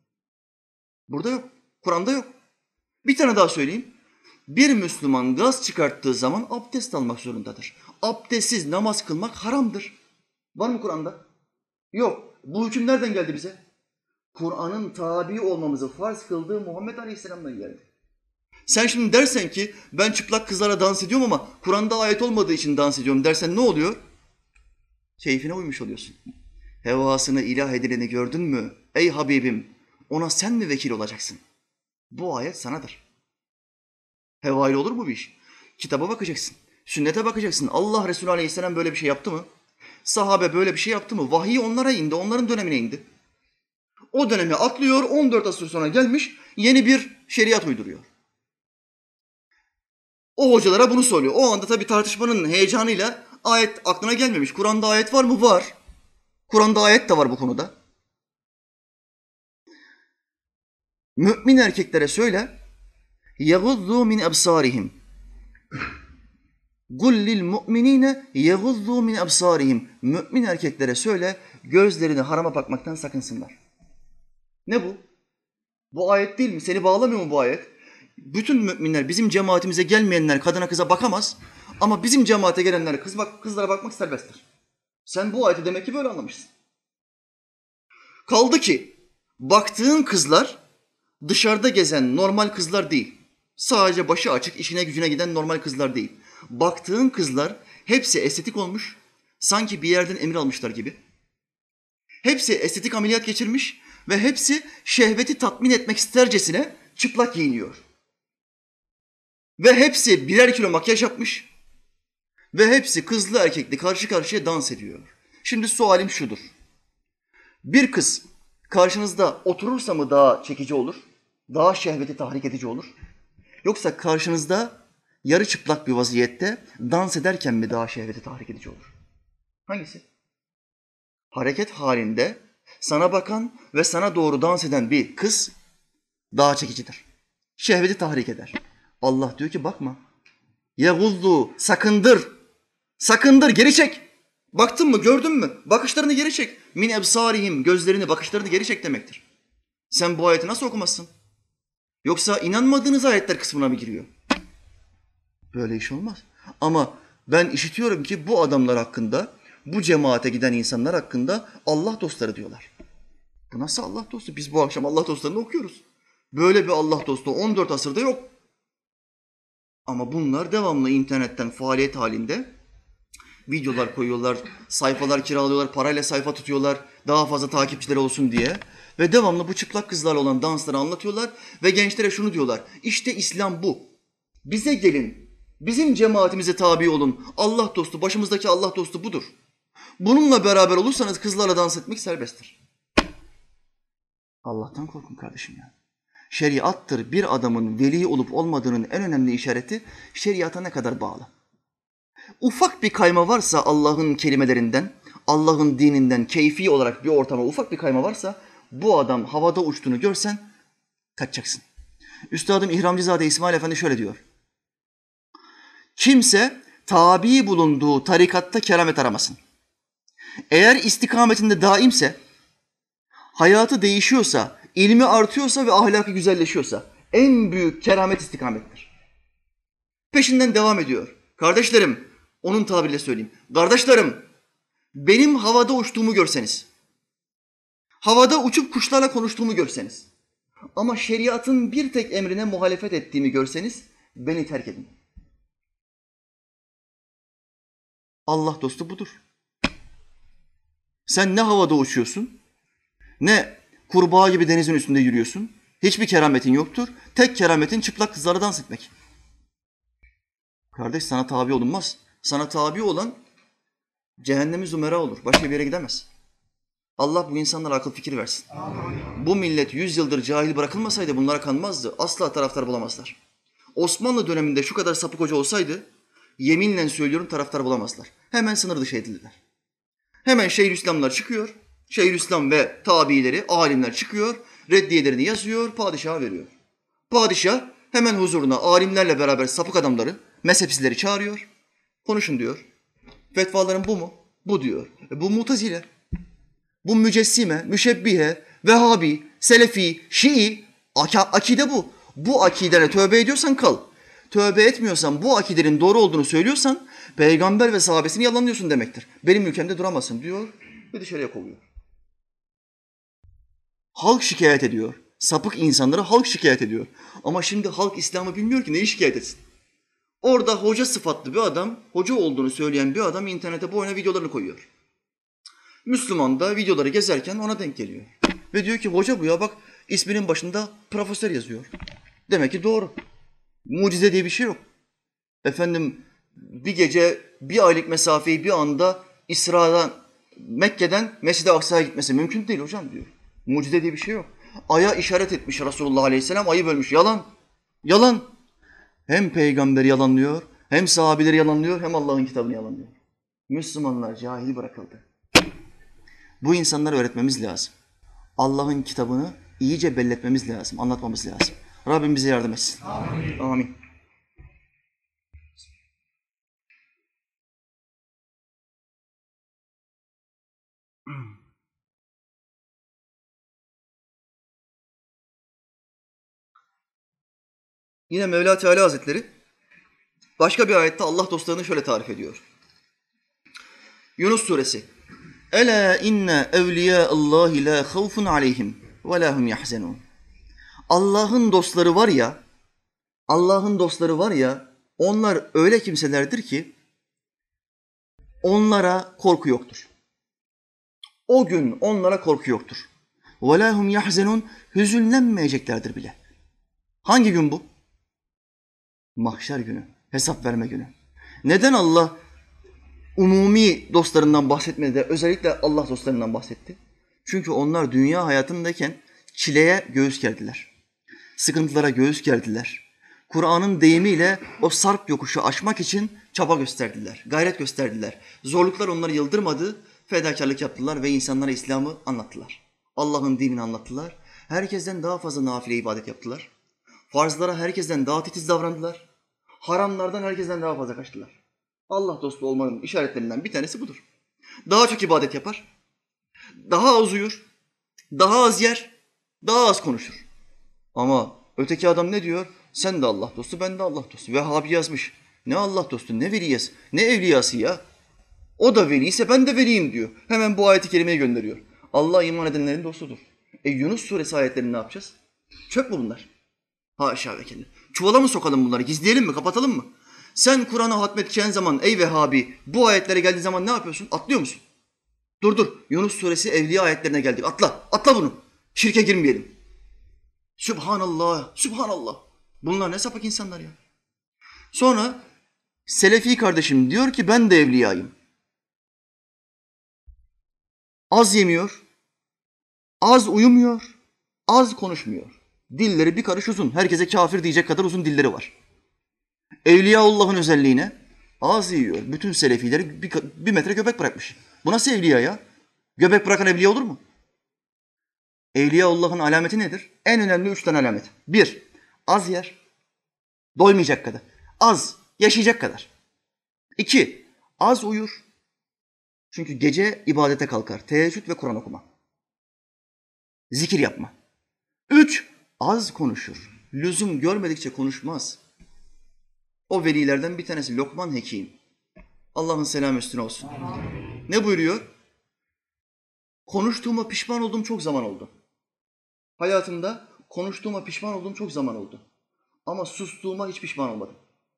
Burada yok. Kur'an'da yok. Bir tane daha söyleyeyim. Bir Müslüman gaz çıkarttığı zaman abdest almak zorundadır. Abdestsiz namaz kılmak haramdır. Var mı Kur'an'da? Yok. Bu hüküm nereden geldi bize? Kur'an'ın tabi olmamızı farz kıldığı Muhammed Aleyhisselam'dan geldi. Sen şimdi dersen ki ben çıplak kızlara dans ediyorum ama Kur'an'da ayet olmadığı için dans ediyorum dersen ne oluyor? Keyfine uymuş oluyorsun. Hevasını ilah edileni gördün mü? Ey Habibim, ona sen mi vekil olacaksın? Bu ayet sanadır. Hevayla olur mu bir iş? Kitaba bakacaksın, sünnete bakacaksın. Allah Resulü Aleyhisselam böyle bir şey yaptı mı? Sahabe böyle bir şey yaptı mı? Vahiy onlara indi, onların dönemine indi. O dönemi atlıyor, 14 asır sonra gelmiş, yeni bir şeriat uyduruyor. O hocalara bunu soruyor. O anda tabii tartışmanın heyecanıyla ayet aklına gelmemiş. Kur'an'da ayet var mı? Var. Kur'an'da ayet de var bu konuda. Mümin erkeklere söyle, يَغُضُّوا مِنْ أَبْصَارِهِمْ قُلْ لِلْمُؤْمِنِينَ يَغُضُّوا مِنْ أَبْصَارِهِمْ Mümin erkeklere söyle, gözlerini harama bakmaktan sakınsınlar. Ne bu? Bu ayet değil mi? Seni bağlamıyor mu bu ayet? Bütün müminler, bizim cemaatimize gelmeyenler kadına kıza bakamaz ama bizim cemaate gelenler kızlara bakmak serbesttir. Sen bu ayeti demek ki böyle anlamışsın. Kaldı ki baktığın kızlar dışarıda gezen normal kızlar değil. Sadece başı açık, işine gücüne giden normal kızlar değil. Baktığın kızlar hepsi estetik olmuş, sanki bir yerden emir almışlar gibi. Hepsi estetik ameliyat geçirmiş ve hepsi şehveti tatmin etmek istercesine çıplak giyiniyor. Ve hepsi birer kilo makyaj yapmış ve hepsi kızlı erkekli karşı karşıya dans ediyor. Şimdi sualim şudur. Bir kız karşınızda oturursa mı daha çekici olur? Daha şehveti tahrik edici olur? Yoksa karşınızda yarı çıplak bir vaziyette dans ederken mi daha şehveti tahrik edici olur? Hangisi? hareket halinde sana bakan ve sana doğru dans eden bir kız daha çekicidir. Şehveti tahrik eder. Allah diyor ki bakma. Yeguzdu, sakındır. Sakındır, geri çek. Baktın mı, gördün mü? Bakışlarını geri çek. Min ebsarihim, gözlerini, bakışlarını geri çek demektir. Sen bu ayeti nasıl okumazsın? Yoksa inanmadığınız ayetler kısmına mı giriyor? Böyle iş olmaz. Ama ben işitiyorum ki bu adamlar hakkında, bu cemaate giden insanlar hakkında Allah dostları diyorlar. Bu nasıl Allah dostu? Biz bu akşam Allah dostlarını okuyoruz. Böyle bir Allah dostu 14 asırda yok. Ama bunlar devamlı internetten faaliyet halinde videolar koyuyorlar, sayfalar kiralıyorlar, parayla sayfa tutuyorlar daha fazla takipçileri olsun diye. Ve devamlı bu çıplak kızlarla olan dansları anlatıyorlar ve gençlere şunu diyorlar. İşte İslam bu. Bize gelin, bizim cemaatimize tabi olun. Allah dostu, başımızdaki Allah dostu budur. Bununla beraber olursanız kızlarla dans etmek serbesttir. Allah'tan korkun kardeşim ya. Şeriattır bir adamın veli olup olmadığının en önemli işareti şeriata ne kadar bağlı. Ufak bir kayma varsa Allah'ın kelimelerinden, Allah'ın dininden keyfi olarak bir ortama ufak bir kayma varsa bu adam havada uçtuğunu görsen kaçacaksın. Üstadım İhramcızade İsmail Efendi şöyle diyor. Kimse tabi bulunduğu tarikatta keramet aramasın. Eğer istikametinde daimse, hayatı değişiyorsa, ilmi artıyorsa ve ahlakı güzelleşiyorsa en büyük keramet istikamettir. Peşinden devam ediyor. Kardeşlerim, onun tabiriyle söyleyeyim. Kardeşlerim, benim havada uçtuğumu görseniz, havada uçup kuşlarla konuştuğumu görseniz ama şeriatın bir tek emrine muhalefet ettiğimi görseniz beni terk edin. Allah dostu budur. Sen ne havada uçuyorsun, ne kurbağa gibi denizin üstünde yürüyorsun. Hiçbir kerametin yoktur. Tek kerametin çıplak kızlara dans etmek. Kardeş sana tabi olunmaz. Sana tabi olan cehennemi zümera olur. Başka bir yere gidemez. Allah bu insanlara akıl fikir versin. Amin. Bu millet 100 yıldır cahil bırakılmasaydı bunlara kanmazdı. Asla taraftar bulamazlar. Osmanlı döneminde şu kadar sapık hoca olsaydı yeminle söylüyorum taraftar bulamazlar. Hemen sınır dışı edildiler. Hemen Şeyhülislamlar çıkıyor. Şeyhülislam ve tabiileri, alimler çıkıyor. Reddiyelerini yazıyor, padişaha veriyor. Padişah hemen huzuruna alimlerle beraber sapık adamları, mezhepsizleri çağırıyor. Konuşun diyor. Fetvaların bu mu? Bu diyor. Bu Mutezile. Bu Mücessime, Müşebbihe, Vehhabi, Selefi, Şii. Akide bu. Bu akidene tövbe ediyorsan kal. Tövbe etmiyorsan, bu akidenin doğru olduğunu söylüyorsan peygamber ve sahabesini yalanlıyorsun demektir. Benim ülkemde duramazsın diyor ve dışarıya kovuyor. Halk şikayet ediyor. Sapık insanları halk şikayet ediyor. Ama şimdi halk İslam'ı bilmiyor ki neyi şikayet etsin? Orada hoca sıfatlı bir adam, hoca olduğunu söyleyen bir adam internete boyuna videolarını koyuyor. Müslüman da videoları gezerken ona denk geliyor. Ve diyor ki hoca bu ya bak isminin başında profesör yazıyor. Demek ki doğru. Mucize diye bir şey yok. Efendim bir gece bir aylık mesafeyi bir anda İsra'dan, Mekke'den Mescid-i Aksa'ya gitmesi mümkün değil hocam diyor. Mucize diye bir şey yok. Ay'a işaret etmiş Resulullah Aleyhisselam, ayı bölmüş. Yalan. Yalan. Hem peygamberi yalanlıyor, hem sahabeleri yalanlıyor, hem Allah'ın kitabını yalanlıyor. Müslümanlar cahil bırakıldı. Bu insanları öğretmemiz lazım. Allah'ın kitabını iyice belletmemiz lazım, anlatmamız lazım. Rabbim bize yardım etsin. Amin. Amin. Yine Mevla Teala Hazretleri başka bir ayette Allah dostlarını şöyle tarif ediyor. Yunus Suresi. Ela inne evliyâallâhi lâ havfun aleyhim ve lâ hum yahzenûn. Allah'ın dostları var ya, onlar öyle kimselerdir ki onlara korku yoktur. O gün onlara korku yoktur. Ve lâ hum yahzenûn, hüzünlenmeyeceklerdir bile. Hangi gün bu? Mahşer günü, hesap verme günü. Neden Allah umumi dostlarından bahsetmedi de özellikle Allah dostlarından bahsetti? Çünkü onlar dünya hayatındayken çileye göğüs gerdiler. Sıkıntılara göğüs gerdiler. Kur'an'ın deyimiyle o sarp yokuşu aşmak için çaba gösterdiler, gayret gösterdiler. Zorluklar onları yıldırmadı, Fedakarlık yaptılar ve insanlara İslam'ı anlattılar. Allah'ın dinini anlattılar. Herkesten daha fazla nafile ibadet yaptılar. Farzlara herkesten daha titiz davrandılar. Haramlardan herkesten daha fazla kaçtılar. Allah dostu olmanın işaretlerinden bir tanesi budur. Daha çok ibadet yapar, daha az uyur, daha az yer, daha az konuşur. Ama öteki adam ne diyor? Sen de Allah dostu, ben de Allah dostu. Vehhabi yazmış. Ne Allah dostu, ne veliyası, ne evliyası ya. O da veliyse ben de veliyim diyor. Hemen bu ayeti kerimeyi gönderiyor. Allah iman edenlerin dostudur. Yunus suresi ayetlerini ne yapacağız? Çöp mü bunlar? Haşa ve kella. Çuvala mı sokalım bunları? Gizleyelim mi? Kapatalım mı? Sen Kur'an'ı hatmedeceğin zaman ey Vehhabi bu ayetlere geldiği zaman ne yapıyorsun? Atlıyor musun? Dur. Yunus suresi evliya ayetlerine geldik. Atla bunu. Şirke girmeyelim. Sübhanallah. Bunlar ne sapık insanlar ya. Sonra Selefi kardeşim diyor ki ben de evliyayım. Az yemiyor, az uyumuyor, az konuşmuyor. Dilleri bir karış uzun. Herkese kafir diyecek kadar uzun dilleri var. Evliyaullah'ın özelliğine az yiyor. Bütün Selefileri bir metre göbek bırakmış. Bu nasıl evliya ya? Göbek bırakan evliya olur mu? Evliyaullah'ın alameti nedir? En önemli 3 tane alamet. 1. Az yer. Doymayacak kadar. Az. Yaşayacak kadar. 2. Az uyur. Çünkü gece ibadete kalkar. Teheccüd ve Kur'an okuma. Zikir yapma. 3. Az konuşur. Lüzum görmedikçe konuşmaz. O velilerden bir tanesi Lokman Hekim. Allah'ın selamı üstüne olsun. Ne buyuruyor? Konuştuğuma pişman olduğum çok zaman oldu. Hayatımda konuştuğuma pişman olduğum çok zaman oldu. Ama sustuğuma hiç pişman olmadım.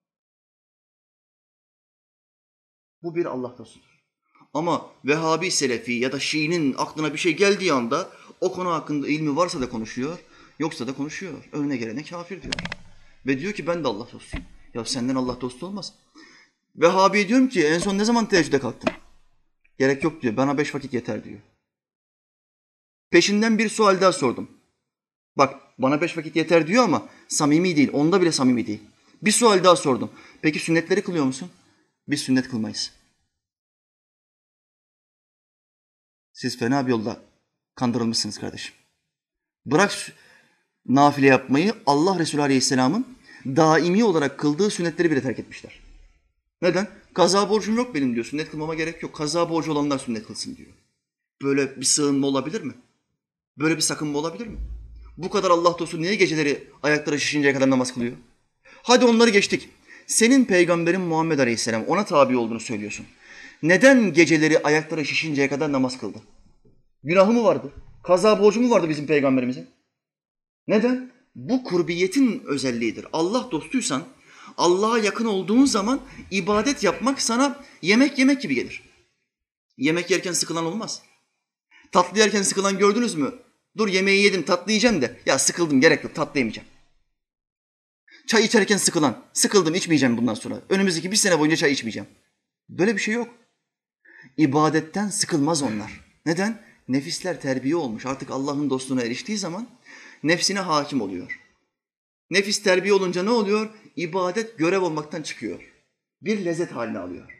Bu bir Allah dostudur. Ama Vehhabi Selefi ya da Şii'nin aklına bir şey geldiği anda o konu hakkında ilmi varsa da konuşuyor, yoksa da konuşuyor. Önüne gelene kafir diyor. Ve diyor ki ben de Allah dostuyum. Ya senden Allah dostu olmaz. Vehhabi'ye diyorum ki en son ne zaman teheccüde kalktın? Gerek yok diyor. Bana 5 vakit yeter diyor. Peşinden bir sual daha sordum. Bak bana 5 vakit yeter diyor ama samimi değil. Onda bile samimi değil. Bir sual daha sordum. Peki sünnetleri kılıyor musun? Biz sünnet kılmayız. Siz fena bir yolda kandırılmışsınız kardeşim. Bırak nafile yapmayı, Allah Resulü Aleyhisselam'ın daimi olarak kıldığı sünnetleri bile terk etmişler. Neden? Kaza borcum yok benim diyor. Sünnet kılmama gerek yok. Kaza borcu olanlar sünnet kılsın diyor. Böyle bir sığınma olabilir mi? Böyle bir sakınma olabilir mi? Bu kadar Allah dostu niye geceleri ayakları şişinceye kadar namaz kılıyor? Hadi onları geçtik. Senin peygamberin Muhammed Aleyhisselam ona tabi olduğunu söylüyorsun. Neden geceleri ayakları şişinceye kadar namaz kıldı? Günahı mı vardı? Kaza borcu mu vardı bizim peygamberimizin? Neden? Bu kurbiyetin özelliğidir. Allah dostuysan, Allah'a yakın olduğun zaman ibadet yapmak sana yemek yemek gibi gelir. Yemek yerken sıkılan olmaz. Tatlı yerken sıkılan gördünüz mü? Dur yemeği yedim, tatlı yiyeceğim de ya sıkıldım gerek yok, tatlı yemeyeceğim. Çay içerken sıkılan, sıkıldım içmeyeceğim bundan sonra. Önümüzdeki 1 sene boyunca çay içmeyeceğim. Böyle bir şey yok. İbadetten sıkılmaz onlar. Neden? Nefisler terbiye olmuş. Artık Allah'ın dostluğuna eriştiği zaman nefsine hakim oluyor. Nefis terbiye olunca ne oluyor? İbadet görev olmaktan çıkıyor. Bir lezzet haline alıyor.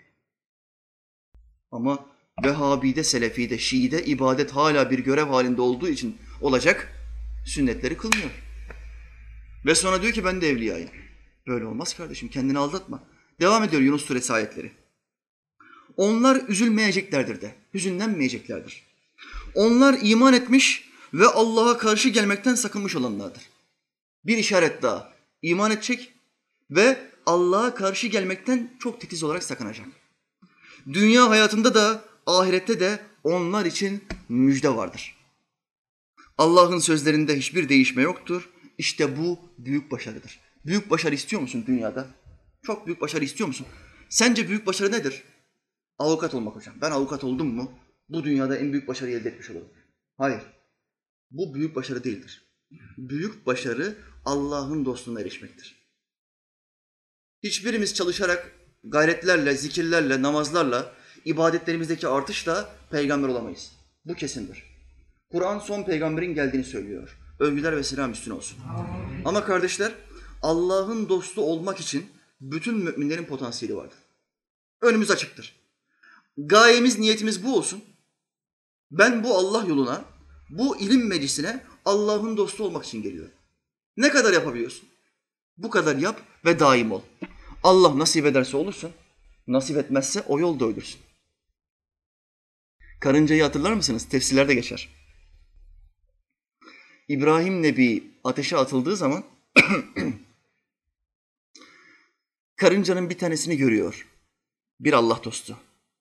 Ama Vehhabi'de, Selefi'de, Şii'de ibadet hala bir görev halinde olduğu için olacak, sünnetleri kılmıyor. Ve sonra diyor ki ben de evliyayım. Böyle olmaz kardeşim, kendini aldatma. Devam ediyor Yunus suresi ayetleri. Onlar üzülmeyeceklerdir de, hüzünlenmeyeceklerdir. Onlar iman etmiş ve Allah'a karşı gelmekten sakınmış olanlardır. Bir işaret daha, iman edecek ve Allah'a karşı gelmekten çok titiz olarak sakınacak. Dünya hayatında da, ahirette de onlar için müjde vardır. Allah'ın sözlerinde hiçbir değişme yoktur. İşte bu büyük başarıdır. Büyük başarı istiyor musun dünyada? Çok büyük başarı istiyor musun? Sence büyük başarı nedir? Avukat olmak hocam. Ben avukat oldum mu bu dünyada en büyük başarıyı elde etmiş olurum. Hayır. Bu büyük başarı değildir. Büyük başarı Allah'ın dostluğuna erişmektir. Hiçbirimiz çalışarak, gayretlerle, zikirlerle, namazlarla, ibadetlerimizdeki artışla peygamber olamayız. Bu kesindir. Kur'an son peygamberin geldiğini söylüyor. Övgüler ve selam üstüne olsun. Ama kardeşler, Allah'ın dostu olmak için bütün müminlerin potansiyeli vardır. Önümüz açıktır. Gayemiz, niyetimiz bu olsun. Ben bu Allah yoluna, bu ilim meclisine Allah'ın dostu olmak için geliyorum. Ne kadar yapabiliyorsun? Bu kadar yap ve daim ol. Allah nasip ederse olursun, nasip etmezse o yolda ölürsün. Karıncayı hatırlar mısınız? Tefsirlerde geçer. İbrahim Nebi ateşe atıldığı zaman karıncanın bir tanesini görüyor. Bir Allah dostu.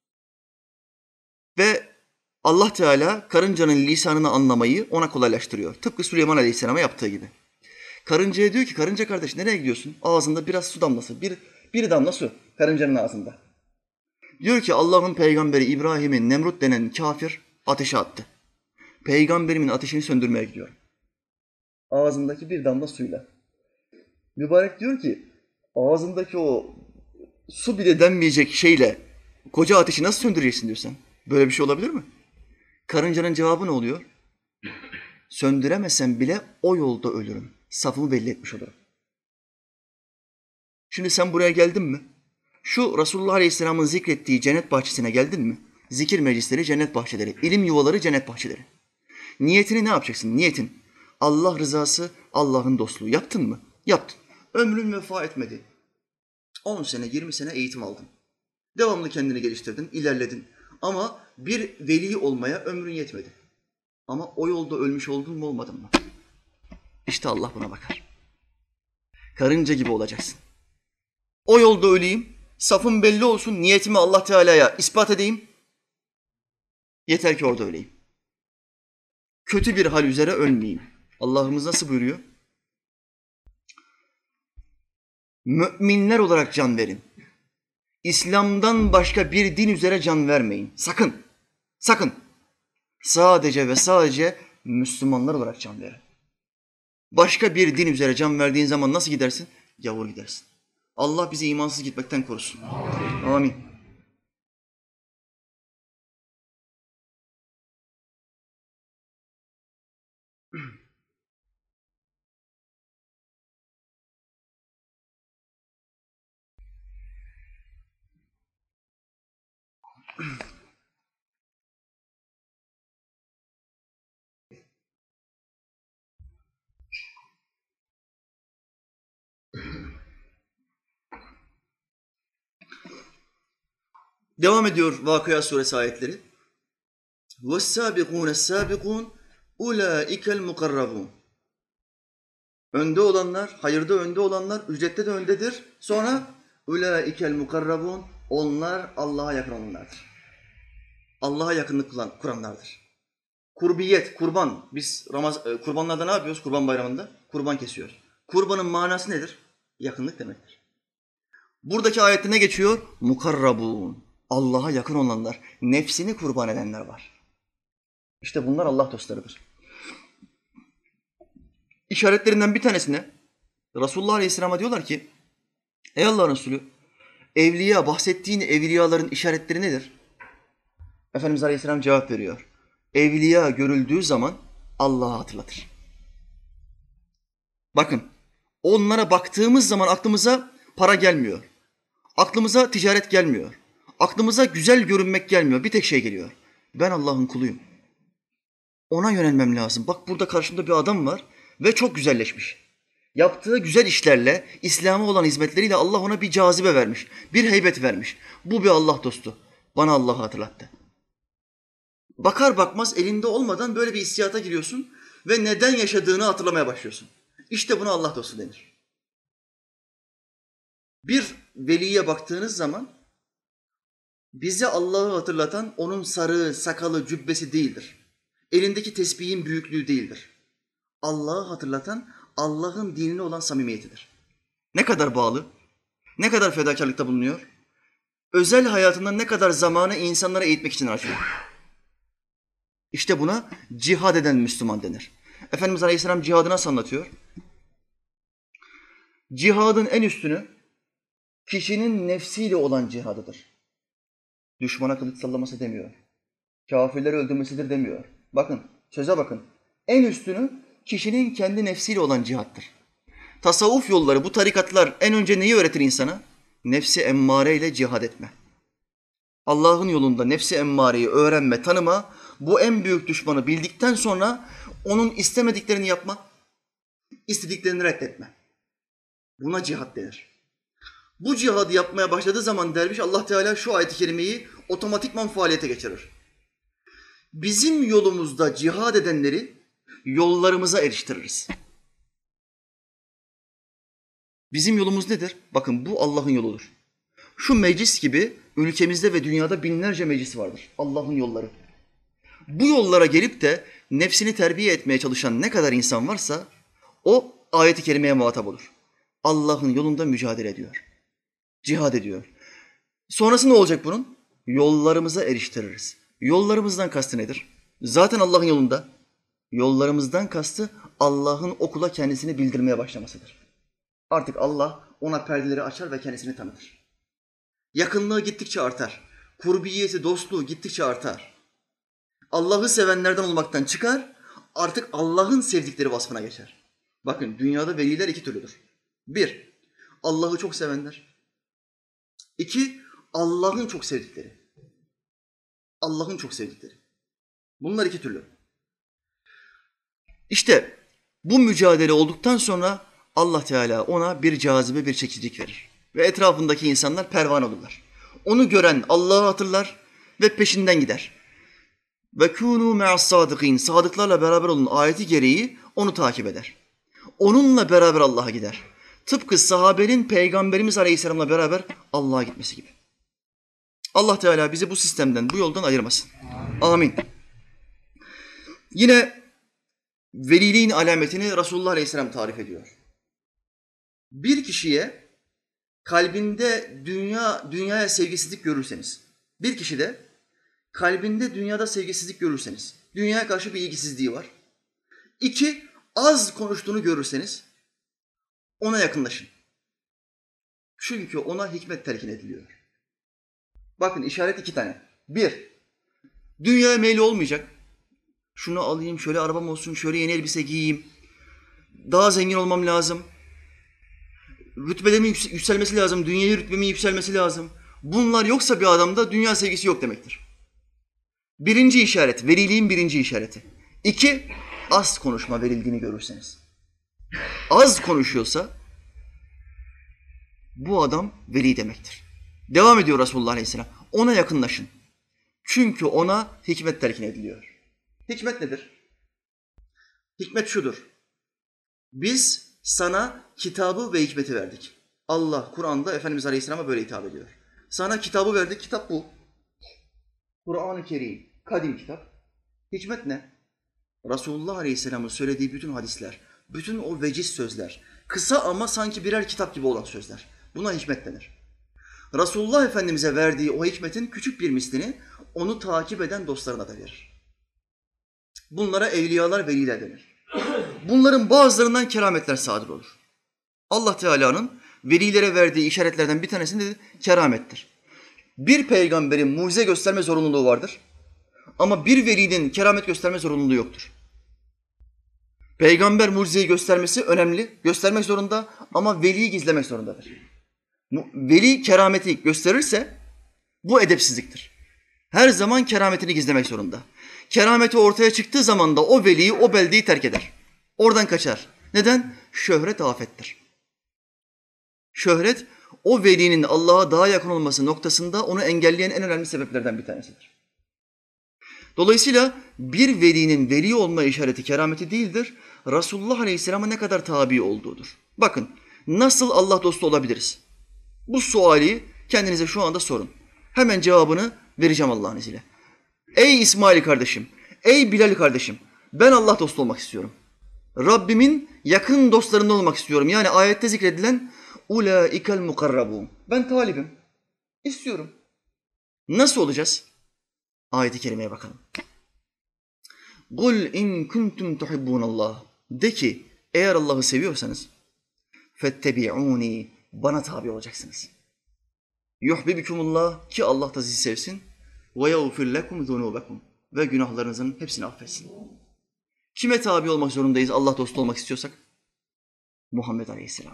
Ve Allah Teala karıncanın lisanını anlamayı ona kolaylaştırıyor. Tıpkı Süleyman Aleyhisselam'a yaptığı gibi. Karıncaya diyor ki, karınca kardeş nereye gidiyorsun? Ağzında biraz su damlası, bir damla su karıncanın ağzında. Diyor ki Allah'ın peygamberi İbrahim'i Nemrut denen kafir ateşe attı. Peygamberimin ateşini söndürmeye gidiyorum. Ağzındaki bir damla suyla. Mübarek diyor ki ağzındaki o su bile denmeyecek şeyle koca ateşi nasıl söndüreceksin diyor sen? Böyle bir şey olabilir mi? Karıncanın cevabı ne oluyor? Söndüremesem bile o yolda ölürüm. Safımı belli etmiş olurum. Şimdi sen buraya geldin mi? Şu Resulullah Aleyhisselam'ın zikrettiği cennet bahçesine geldin mi? Zikir meclisleri cennet bahçeleri, ilim yuvaları cennet bahçeleri. Niyetini ne yapacaksın? Niyetin Allah rızası, Allah'ın dostluğu. Yaptın mı? Yaptın. Ömrün vefa etmedi. 10 sene, 20 sene eğitim aldın. Devamlı kendini geliştirdin, ilerledin. Ama bir veli olmaya ömrün yetmedi. Ama o yolda ölmüş oldun mu olmadın mı? İşte Allah buna bakar. Karınca gibi olacaksın. O yolda öleyim, safım belli olsun, niyetimi Allah Teala'ya ispat edeyim. Yeter ki orada öleyim. Kötü bir hal üzere ölmeyeyim. Allah'ımız nasıl buyuruyor? Müminler olarak can verin. İslam'dan başka bir din üzere can vermeyin. Sakın, sakın. Sadece ve sadece Müslümanlar olarak can verin. Başka bir din üzere can verdiğin zaman nasıl gidersin? Yavur gidersin. Allah bizi imansız gitmekten korusun. Amin. Devam ediyor Vakıa Suresi ayetleri. وَالسَّابِقُونَ السَّابِقُونَ اُولَٰئِكَ الْمُقَرَّبُونَ. Önde olanlar, hayırda önde olanlar, ücrette de öndedir. Sonra اُولَٰئِكَ الْمُقَرَّبُونَ. Onlar Allah'a yakın olanlardır. Allah'a yakınlık kuranlardır. Kurbiyet, kurban. Biz kurbanlarda ne yapıyoruz kurban bayramında? Kurban kesiyoruz. Kurbanın manası nedir? Yakınlık demektir. Buradaki ayette ne geçiyor? Mukarrabun. Allah'a yakın olanlar, nefsini kurban edenler var. İşte bunlar Allah dostlarıdır. İşaretlerinden bir tanesine Resulullah Aleyhisselam'a diyorlar ki, ey Allah Resulü, evliya, bahsettiğin evliyaların işaretleri nedir? Efendimiz Aleyhisselam cevap veriyor. Evliya görüldüğü zaman Allah'ı hatırlatır. Bakın, onlara baktığımız zaman aklımıza para gelmiyor. Aklımıza ticaret gelmiyor. Aklımıza güzel görünmek gelmiyor. Bir tek şey geliyor. Ben Allah'ın kuluyum. Ona yönelmem lazım. Bak burada karşımda bir adam var ve çok güzelleşmiş. Yaptığı güzel işlerle, İslam'a olan hizmetleriyle Allah ona bir cazibe vermiş. Bir heybet vermiş. Bu bir Allah dostu. Bana Allah'ı hatırlattı. Bakar bakmaz elinde olmadan böyle bir hissiyata giriyorsun ve neden yaşadığını hatırlamaya başlıyorsun. İşte buna Allah dostu denir. Bir veliye baktığınız zaman bize Allah'ı hatırlatan onun sarığı, sakalı, cübbesi değildir. Elindeki tesbihin büyüklüğü değildir. Allah'ı hatırlatan Allah'ın dinine olan samimiyetidir. Ne kadar bağlı, ne kadar fedakarlıkta bulunuyor, özel hayatından ne kadar zamanı insanlara eğitmek için harcıyor. İşte buna cihad eden Müslüman denir. Efendimiz Aleyhisselam cihadı nasıl anlatıyor? Cihadın en üstünü kişinin nefsiyle olan cihadıdır. Düşmana kılıç sallaması demiyor. Kafirleri öldürmesidir demiyor. Bakın, söze bakın. En üstünü kişinin kendi nefsiyle olan cihattır. Tasavvuf yolları, bu tarikatlar en önce neyi öğretir insana? Nefsi emmare ile cihad etme. Allah'ın yolunda nefsi emmareyi öğrenme, tanıma, bu en büyük düşmanı bildikten sonra onun istemediklerini yapma, istediklerini reddetme. Buna cihat denir. Bu cihadı yapmaya başladığı zaman derviş Allah Teala şu ayet-i kerimeyi otomatikman faaliyete geçirir. Bizim yolumuzda cihad edenleri yollarımıza eriştiririz. Bizim yolumuz nedir? Bakın bu Allah'ın yoludur. Şu meclis gibi ülkemizde ve dünyada binlerce meclis vardır. Allah'ın yolları. Bu yollara gelip de nefsini terbiye etmeye çalışan ne kadar insan varsa o ayet-i kerimeye muhatap olur. Allah'ın yolunda mücadele ediyor. Cihad ediyor. Sonrası ne olacak bunun? Yollarımıza eriştiririz. Yollarımızdan kastı nedir? Zaten Allah'ın yolunda. Yollarımızdan kastı Allah'ın o kula kendisini bildirmeye başlamasıdır. Artık Allah ona perdeleri açar ve kendisini tanıtır. Yakınlığı gittikçe artar. Kurbiyeti, dostluğu gittikçe artar. Allah'ı sevenlerden olmaktan çıkar, artık Allah'ın sevdikleri vasfına geçer. Bakın dünyada veliler iki türlüdür. Bir, Allah'ı çok sevenler. İki, Allah'ın çok sevdikleri. Allah'ın çok sevdikleri. Bunlar iki türlü. İşte bu mücadele olduktan sonra Allah Teala ona bir cazibe, bir çekicilik verir. Ve etrafındaki insanlar pervane olurlar. Onu gören Allah'ı hatırlar ve peşinden gider. Ve kûnû me'as-sâdıkîn, sadıklarla beraber olun ayeti gereği onu takip eder. Onunla beraber Allah'a gider. Tıpkı sahabenin Peygamberimiz Aleyhisselam'la beraber Allah'a gitmesi gibi. Allah Teala bizi bu sistemden, bu yoldan ayırmasın. Amin. Yine veliliğin alametini Resulullah Aleyhisselam tarif ediyor. Bir kişiye kalbinde dünyaya sevgisizlik görürseniz, bir kişide kalbinde dünyada sevgisizlik görürseniz, dünyaya karşı bir ilgisizliği var. İki, az konuştuğunu görürseniz ona yakınlaşın. Çünkü ona hikmet telkin ediliyor. Bakın işaret iki tane. Bir, dünyaya meyli olmayacak. Şunu alayım, şöyle arabam olsun, şöyle yeni elbise giyeyim. Daha zengin olmam lazım. Rütbelerimin yükselmesi lazım, dünyaya rütbemin yükselmesi lazım. Bunlar yoksa bir adamda dünya sevgisi yok demektir. Birinci işaret, veliliğin birinci işareti. İki, az konuşma verildiğini görürseniz. Az konuşuyorsa bu adam veli demektir. Devam ediyor Resulullah Aleyhisselam. Ona yakınlaşın. Çünkü ona hikmet telkin ediliyor. Hikmet nedir? Hikmet şudur. Biz sana kitabı ve hikmeti verdik. Allah Kur'an'da Efendimiz Aleyhisselam'a böyle hitap ediyor. Sana kitabı verdik, kitap bu. Kur'an-ı Kerim, kadim kitap. Hikmet ne? Resulullah Aleyhisselam'ın söylediği bütün hadisler, bütün o veciz sözler, kısa ama sanki birer kitap gibi olan sözler. Buna hikmet denir. Resulullah Efendimiz'e verdiği o hikmetin küçük bir mislini onu takip eden dostlarına da verir. Bunlara evliyalar, veliler denir. Bunların bazılarından kerametler sadır olur. Allah Teala'nın velilere verdiği işaretlerden bir tanesi de keramettir. Bir peygamberin mucize gösterme zorunluluğu vardır. Ama bir velinin keramet gösterme zorunluluğu yoktur. Peygamber mucizeyi göstermesi önemli, göstermek zorunda ama veliyi gizlemek zorundadır. Veli kerameti gösterirse bu edepsizliktir. Her zaman kerametini gizlemek zorunda. Kerameti ortaya çıktığı zaman da o veliyi, o beldeyi terk eder. Oradan kaçar. Neden? Şöhret afettir. Şöhret, o velinin Allah'a daha yakın olması noktasında onu engelleyen en önemli sebeplerden bir tanesidir. Dolayısıyla bir velinin veli olma işareti kerameti değildir, Resulullah Aleyhisselam'a ne kadar tabi olduğudur. Bakın, nasıl Allah dostu olabiliriz? Bu suali kendinize şu anda sorun. Hemen cevabını vereceğim Allah'ın izniyle. Ey İsmail kardeşim, ey Bilal kardeşim, ben Allah dostu olmak istiyorum. Rabbimin yakın dostlarından olmak istiyorum. Yani ayette zikredilen ulâikel mukarrabûn. Ben talibim, istiyorum. Nasıl olacağız? Ayet-i kerimeye bakalım. قُلْ اِنْ كُنْتُمْ تُحِبُّونَ اللّٰهِ De ki, eğer Allah'ı seviyorsanız فَاتَّبِعُونِي Bana tabi olacaksınız. يُحْبِبِكُمُ Ki Allah da sizi sevsin. وَيَغْفِرْ لَكُمْ ذُنُوبَكُمْ Ve günahlarınızın hepsini affetsin. Kime tabi olmak zorundayız Allah dostu olmak istiyorsak? Muhammed Aleyhisselam.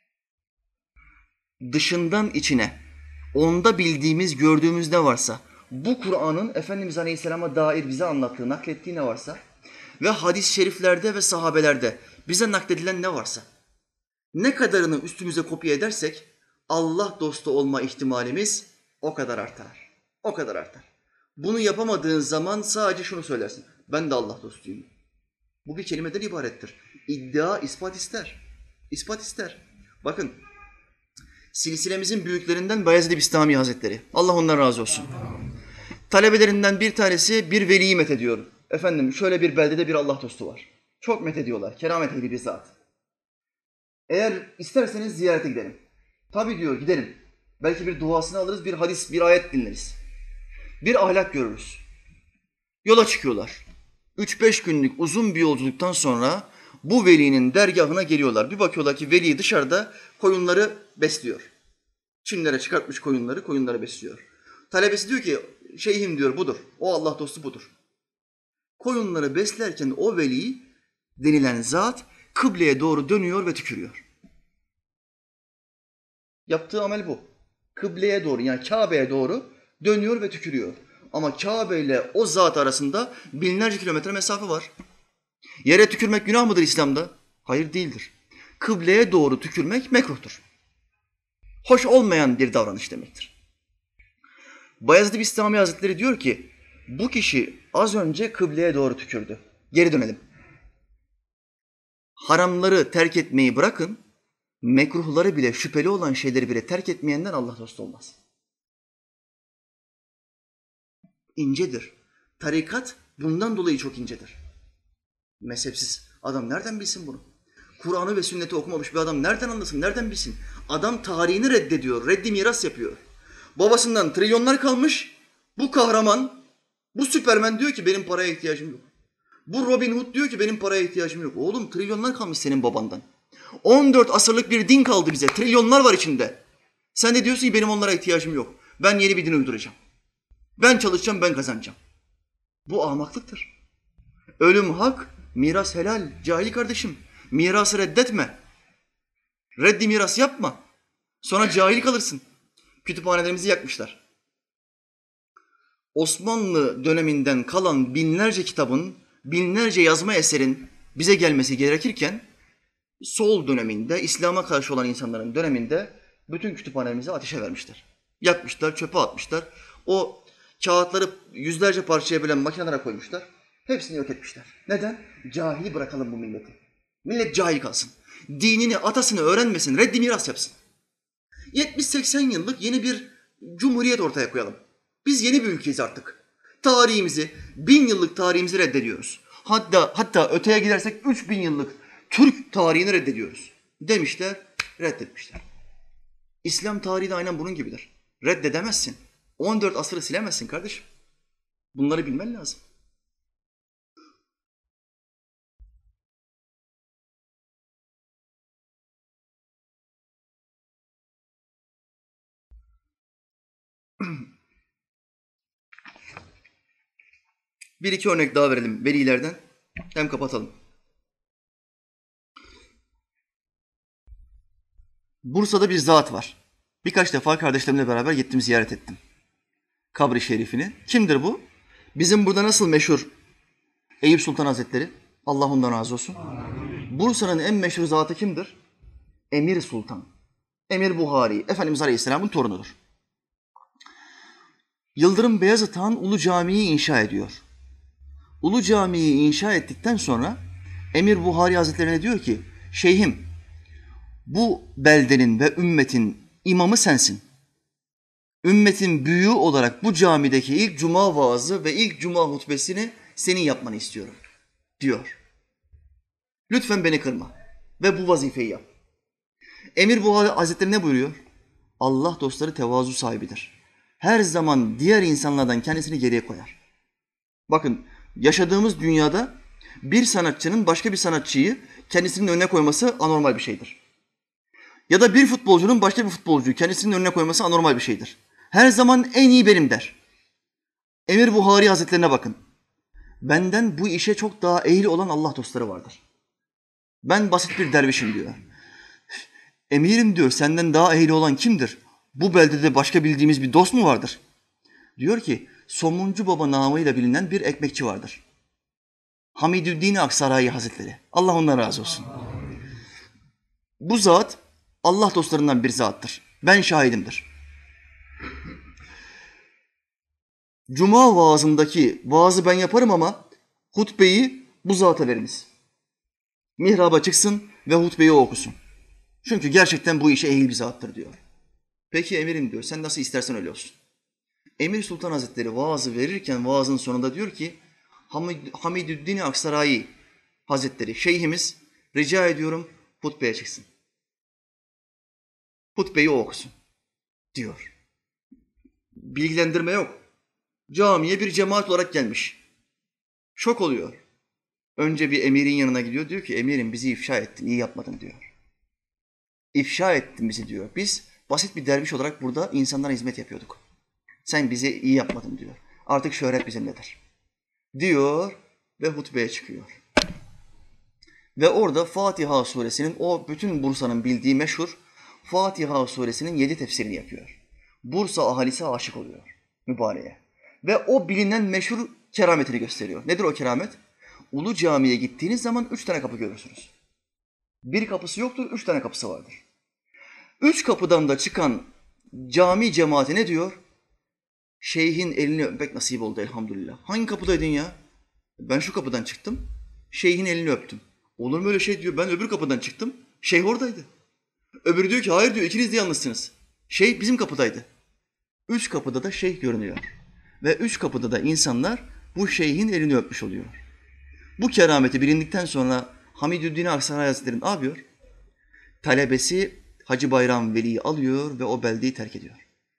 Dışından içine, onda bildiğimiz, gördüğümüz ne varsa bu Kur'an'ın Efendimiz Aleyhisselam'a dair bize anlattığı, naklettiği ne varsa ve hadis-i şeriflerde ve sahabelerde bize nakledilen ne varsa, ne kadarını üstümüze kopya edersek Allah dostu olma ihtimalimiz o kadar artar. O kadar artar. Bunu yapamadığın zaman sadece şunu söylersin: ben de Allah dostuyum. Bu bir kelimeden ibarettir. İddia ispat ister. İspat ister. Bakın, silsilemizin büyüklerinden Bayezid Bistami Hazretleri, Allah ondan razı olsun, talebelerinden bir tanesi bir veliyi methediyor. Efendim, şöyle bir beldede bir Allah dostu var. Çok methediyorlar. Keramet ehli bir zat. Eğer isterseniz ziyarete gidelim. Tabii diyor, gidelim. Belki bir duasını alırız, bir hadis, bir ayet dinleriz. Bir ahlak görürüz. Yola çıkıyorlar. 3-5 günlük uzun bir yolculuktan sonra bu velinin dergahına geliyorlar. Bir bakıyorlar ki veli dışarıda koyunları besliyor. Çimlere çıkartmış koyunları, koyunları besliyor. Talebesi diyor ki, şeyhim diyor, budur. O Allah dostu budur. Koyunları beslerken o veli denilen zat kıbleye doğru dönüyor ve tükürüyor. Yaptığı amel bu. Kıbleye doğru, yani Kabe'ye doğru dönüyor ve tükürüyor. Ama Kabe ile o zat arasında binlerce kilometre mesafe var. Yere tükürmek günah mıdır İslam'da? Hayır, değildir. Kıbleye doğru tükürmek mekruhtur. Hoş olmayan bir davranış demektir. Bayezid Bistami Hazretleri diyor ki, bu kişi az önce kıbleye doğru tükürdü. Geri dönelim. Haramları terk etmeyi bırakın, mekruhları bile, şüpheli olan şeyleri bile terk etmeyenden Allah dostu olmaz. İncedir. Tarikat bundan dolayı çok incedir. Mezhepsiz adam nereden bilsin bunu? Kur'an'ı ve sünneti okumamış bir adam nereden anlasın, nereden bilsin? Adam tarihini reddediyor, reddi miras yapıyor. Babasından trilyonlar kalmış, bu kahraman, bu Süpermen diyor ki benim paraya ihtiyacım yok. Bu Robin Hood diyor ki benim paraya ihtiyacım yok. Oğlum, trilyonlar kalmış senin babandan. 14 asırlık bir din kaldı bize, trilyonlar var içinde. Sen de diyorsun ki benim onlara ihtiyacım yok. Ben yeni bir din uyduracağım. Ben çalışacağım, ben kazanacağım. Bu ahmaklıktır. Ölüm hak, miras helal. Cahil kardeşim, mirası reddetme. Reddi miras yapma. Sonra cahil kalırsın. Kütüphanelerimizi yakmışlar. Osmanlı döneminden kalan binlerce kitabın, binlerce yazma eserin bize gelmesi gerekirken, sol döneminde, İslam'a karşı olan insanların döneminde bütün kütüphanelerimizi ateşe vermişler. Yakmışlar, çöpe atmışlar. O kağıtları yüzlerce parçaya bölen makinelere koymuşlar. Hepsini yok etmişler. Neden? Cahili bırakalım bu milleti. Millet cahil kalsın. Dinini, atasını öğrenmesin, reddi miras yapsın. 70-80 yıllık yeni bir cumhuriyet ortaya koyalım. Biz yeni bir ülkeyiz artık. Tarihimizi, 1000 yıllık tarihimizi reddediyoruz. Hatta öteye gidersek 3000 yıllık Türk tarihini reddediyoruz. Demişler, reddetmişler. İslam tarihi de aynen bunun gibidir. Reddedemezsin. 14 asırı silemezsin kardeşim. Bunları bilmen lazım. Bir iki örnek daha verelim velilerden. Hem kapatalım. Bursa'da bir zat var. Birkaç defa kardeşlerimle beraber gittim, ziyaret ettim kabri şerifini. Kimdir bu? Bizim burada nasıl meşhur Eyüp Sultan Hazretleri, Allah ondan razı olsun. Bursa'nın en meşhur zatı kimdir? Emir Sultan. Emir Buhari, Efendimiz Aleyhisselam'ın torunudur. Yıldırım Beyazıt Han Ulu Cami'yi inşa ediyor. Ulu Cami'yi inşa ettikten sonra Emir Buhari Hazretlerine diyor ki, şeyhim, bu beldenin ve ümmetin imamı sensin. Ümmetin büyüğü olarak bu camideki ilk cuma vaazı ve ilk cuma hutbesini senin yapmanı istiyorum, diyor. Lütfen beni kırma ve bu vazifeyi yap. Emir Buhari Hazretleri ne buyuruyor? Allah dostları tevazu sahibidir. Her zaman diğer insanlardan kendisini geriye koyar. Bakın, yaşadığımız dünyada bir sanatçının başka bir sanatçıyı kendisinin önüne koyması anormal bir şeydir. Ya da bir futbolcunun başka bir futbolcuyu kendisinin önüne koyması anormal bir şeydir. Her zaman en iyi benim der. Emir Buhari Hazretlerine bakın. Benden bu işe çok daha ehil olan Allah dostları vardır. Ben basit bir dervişim diyor. Emirim diyor, senden daha ehil olan kimdir? Bu beldede başka bildiğimiz bir dost mu vardır? Diyor ki, Somuncu Baba namıyla bilinen bir ekmekçi vardır. Hamidüddin Aksaray Hazretleri. Allah ondan razı olsun. Bu zat Allah dostlarından bir zattır. Ben şahidimdir. Cuma vaazındaki vaazı ben yaparım ama hutbeyi bu zata veriniz. Mihraba çıksın ve hutbeyi okusun. Çünkü gerçekten bu işe ehil bir zattır diyor. Peki emirim diyor, sen nasıl istersen öyle olsun. Emir Sultan Hazretleri vaazı verirken vaazın sonunda diyor ki, Hamidüddin Aksaray Hazretleri, şeyhimiz, rica ediyorum hutbeye çıksın. Hutbeyi o okusun diyor. Bilgilendirme yok. Camiye bir cemaat olarak gelmiş. Şok oluyor. Önce bir emirin yanına gidiyor, diyor ki emirim bizi ifşa ettin, iyi yapmadın diyor. İfşa ettin bizi diyor. Biz basit bir derviş olarak burada insanlara hizmet yapıyorduk. Sen bizi iyi yapmadın diyor. Artık şöhret bizimledir diyor ve hutbeye çıkıyor. Ve orada Fatiha suresinin, o bütün Bursa'nın bildiği meşhur Fatiha suresinin 7 tefsirini yapıyor. Bursa ahalisi aşık oluyor mübareğe. Ve o bilinen meşhur kerametini gösteriyor. Nedir o keramet? Ulu Cami'ye gittiğiniz zaman 3 tane kapı görürsünüz. Bir kapısı yoktur, 3 tane kapısı vardır. 3 kapıdan da çıkan cami cemaati ne diyor? Şeyhin elini öpmek nasip oldu elhamdülillah. Hangi kapıdaydın ya? Ben şu kapıdan çıktım, şeyhin elini öptüm. Olur mu öyle şey diyor, ben öbür kapıdan çıktım, şeyh oradaydı. Öbürü diyor ki hayır diyor, ikiniz de yanlışsınız. Şeyh bizim kapıdaydı. 3 kapıda da şeyh görünüyor. Ve 3 kapıda da insanlar bu şeyhin elini öpmüş oluyor. Bu kerameti bilindikten sonra Hamidüddin Aksaray Hazretleri ne yapıyor? Talebesi Hacı Bayram Veli'yi alıyor ve o beldeyi terk ediyor.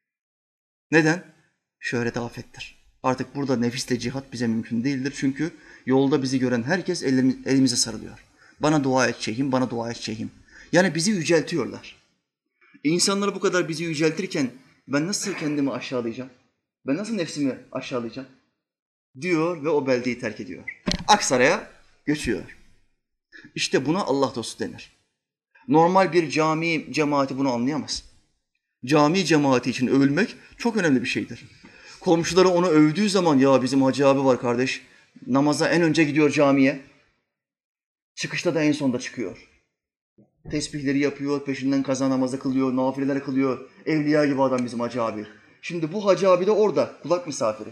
Neden? Şöhret afettir. Artık burada nefisle cihat bize mümkün değildir. Çünkü yolda bizi gören herkes elimize sarılıyor. Bana dua et şeyhim, bana dua et şeyhim. Yani bizi yüceltiyorlar. İnsanlar bu kadar bizi yüceltirken ben nasıl kendimi aşağılayacağım? Ben nasıl nefsimi aşağılayacağım? Diyor ve o beldeyi terk ediyor. Aksaray'a göçüyor. İşte buna Allah dostu denir. Normal bir cami cemaati bunu anlayamaz. Cami cemaati için övülmek çok önemli bir şeydir. Komşuları onu övdüğü zaman ya bizim hacı abi var kardeş, namaza en önce gidiyor camiye. Çıkışta da en sonda çıkıyor. Tesbihleri yapıyor, peşinden kaza namazı kılıyor, nafileler kılıyor. Evliya gibi adam bizim hacı abi. Şimdi bu hacı abi de orada, kulak misafiri.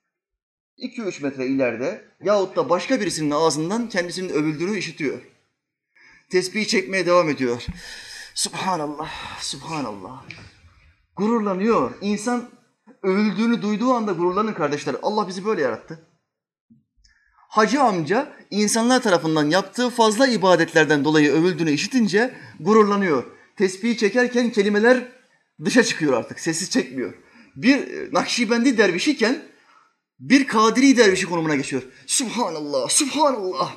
2-3 metre ileride yahut da başka birisinin ağzından kendisinin övüldüğünü işitiyor. Tesbih çekmeye devam ediyor. Subhanallah, subhanallah. Gururlanıyor. İnsan övüldüğünü duyduğu anda gururlanır kardeşler. Allah bizi böyle yarattı. Hacı amca insanlar tarafından yaptığı fazla ibadetlerden dolayı övüldüğünü işitince gururlanıyor. Tesbihi çekerken kelimeler dışa çıkıyor artık. Sessiz çekmiyor. Bir Nakşibendi derviş iken bir Kadiri dervişi konumuna geçiyor. Subhanallah, subhanallah.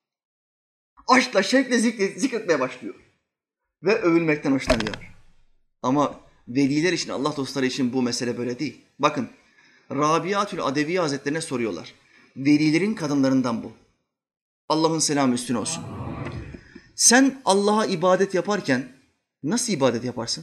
Aşkla, şevkle zikretmeye başlıyor. Ve övülmekten hoşlanıyor. Ama veliler için, Allah dostları için bu mesele böyle değil. Bakın, Rabiatül Adeviye Hazretlerine soruyorlar. Velilerin kadınlarından bu. Allah'ın selamı üstüne olsun. Sen Allah'a ibadet yaparken nasıl ibadet yaparsın?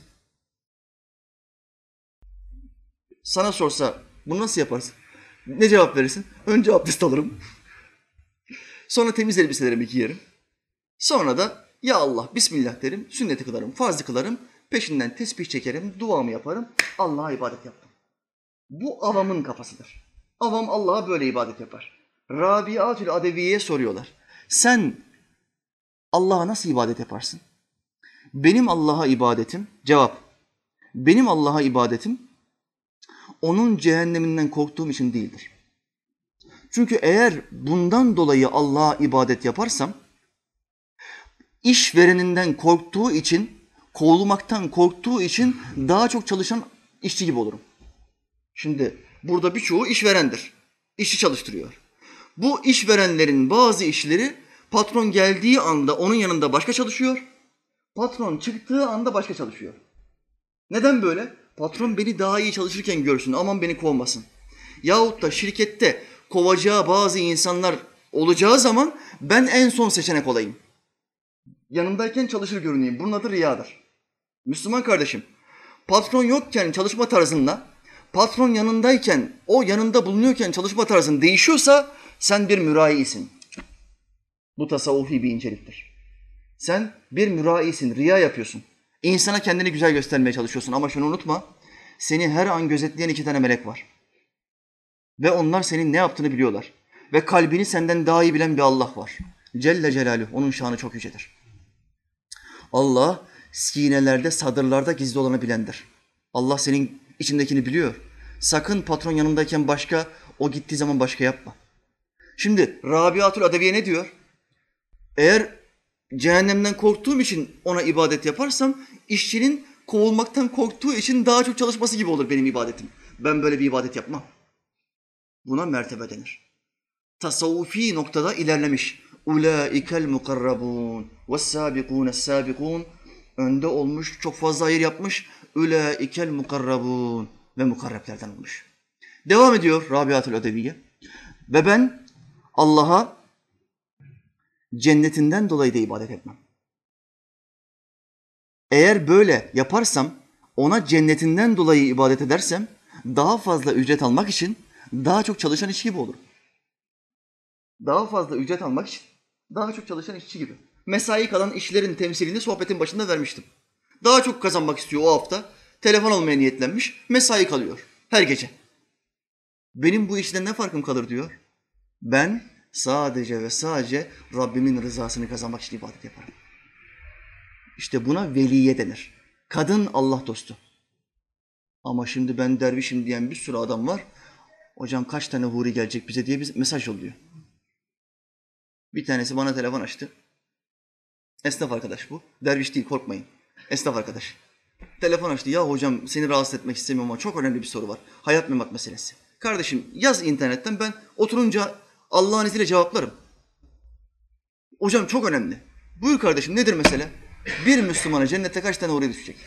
Sana sorsa bunu nasıl yaparsın? Ne cevap verirsin? Önce abdest alırım. Sonra temiz elbiselerimi giyerim. Sonra da ya Allah Bismillah derim, sünneti kılarım, farzı kılarım, peşinden tesbih çekerim, duamı yaparım, Allah'a ibadet yaptım. Bu avamın kafasıdır. Avam Allah'a böyle ibadet yapar. Rabiatül Adeviye'ye soruyorlar. Sen Allah'a nasıl ibadet yaparsın? Benim Allah'a ibadetim, cevap, benim Allah'a ibadetim onun cehenneminden korktuğum için değildir. Çünkü eğer bundan dolayı Allah'a ibadet yaparsam, işvereninden korktuğu için, kovulmaktan korktuğu için daha çok çalışan işçi gibi olurum. Şimdi burada birçoğu işverendir. İşçi çalıştırıyor. Bu işverenlerin bazı işleri patron geldiği anda onun yanında başka çalışıyor. Patron çıktığı anda başka çalışıyor. Neden böyle? Patron beni daha iyi çalışırken görsün, aman beni kovmasın. Yahut da şirkette kovacağı bazı insanlar olacağı zaman ben en son seçenek olayım. Yanındayken çalışır görüneyim. Bunun adı riyadır. Müslüman kardeşim, patron yokken çalışma tarzınla patron yanındayken, o yanında bulunuyorken çalışma tarzın değişiyorsa sen bir müraisin. Bu tasavvufi bir inceliktir. Sen bir müraisin, riya yapıyorsun. İnsana kendini güzel göstermeye çalışıyorsun ama şunu unutma, seni her an gözetleyen 2 tane melek var. Ve onlar senin ne yaptığını biliyorlar. Ve kalbini senden daha iyi bilen bir Allah var. Celle Celaluhu, onun şanı çok yücedir. Allah sinelerde, sadırlarda gizli olanı bilendir. Allah senin içindekini biliyor. Sakın patron yanındayken başka, o gittiği zaman başka yapma. Şimdi Rabiatül Adeviye ne diyor? Eğer cehennemden korktuğum için ona ibadet yaparsam, işçinin kovulmaktan korktuğu için daha çok çalışması gibi olur benim ibadetim. Ben böyle bir ibadet yapmam. Buna mertebe denir. Tasavvufi noktada ilerlemiş. Ulâikel mukarrabûn ve's-sâbikûne's-sâbikûn. Önde olmuş, çok fazla hayır yapmış. Ulâikel mukarrabûn ve mukarreplerden olmuş. Devam ediyor Rabiatül Adeviye. Ve ben Allah'a cennetinden dolayı da ibadet etmem. Eğer böyle yaparsam, ona cennetinden dolayı ibadet edersem, daha fazla ücret almak için daha çok çalışan işçi gibi olurum. Daha fazla ücret almak için daha çok çalışan işçi gibi. Mesai kalan işçilerin temsilini sohbetin başında vermiştim. Daha çok kazanmak istiyor o hafta. Telefon almaya niyetlenmiş, mesai kalıyor her gece. Benim bu işten ne farkım kalır diyor. Ben sadece ve sadece Rabbimin rızasını kazanmak için ibadet yaparım. İşte buna veliye denir. Kadın Allah dostu. Ama şimdi ben dervişim diyen bir sürü adam var. Hocam kaç tane huri gelecek bize diye bir mesaj yolluyor. Bir tanesi bana telefon açtı. Esnaf arkadaş bu. Derviş değil, korkmayın. Esnaf arkadaş. Telefon açtı. Ya hocam seni rahatsız etmek istemiyorum ama çok önemli bir soru var. Hayat memat meselesi. Kardeşim yaz internetten, ben oturunca Allah'ın izniyle cevaplarım. Hocam çok önemli. Buyur kardeşim, nedir mesele? Bir Müslümana cennette kaç tane huri düşecek?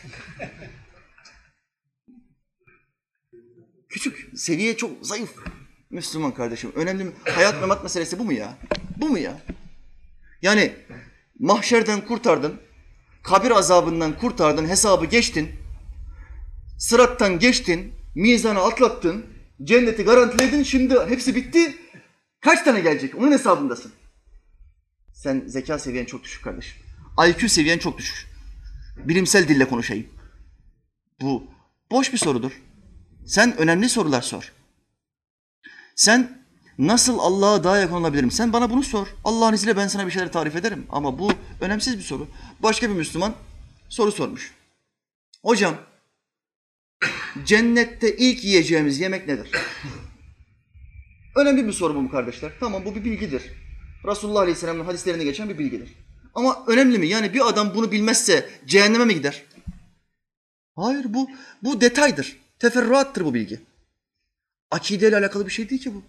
Küçük, seviye çok zayıf. Müslüman kardeşim, önemli mi? Hayat memat meselesi bu mu ya? Bu mu ya? Yani mahşerden kurtardın, kabir azabından kurtardın, hesabı geçtin, sırattan geçtin, mizanı atlattın, cenneti garantiledin, şimdi hepsi bitti. Kaç tane gelecek? Onun hesabındasın. Sen zeka seviyen çok düşük kardeşim. IQ seviyen çok düşük. Bilimsel dille konuşayım. Bu boş bir sorudur. Sen önemli sorular sor. Sen nasıl Allah'a daha yakın olabilirim? Sen bana bunu sor. Allah'ın izniyle ben sana bir şeyler tarif ederim. Ama bu önemsiz bir soru. Başka bir Müslüman soru sormuş. Hocam, cennette ilk yiyeceğimiz yemek nedir? Önemli bir soru bu kardeşler. Tamam, bu bir bilgidir. Resulullah Aleyhisselam'ın hadislerinde geçen bir bilgidir. Ama önemli mi? Yani bir adam bunu bilmezse cehenneme mi gider? Hayır, bu detaydır. Teferruattır bu bilgi. Akideyle alakalı bir şey değil ki bu.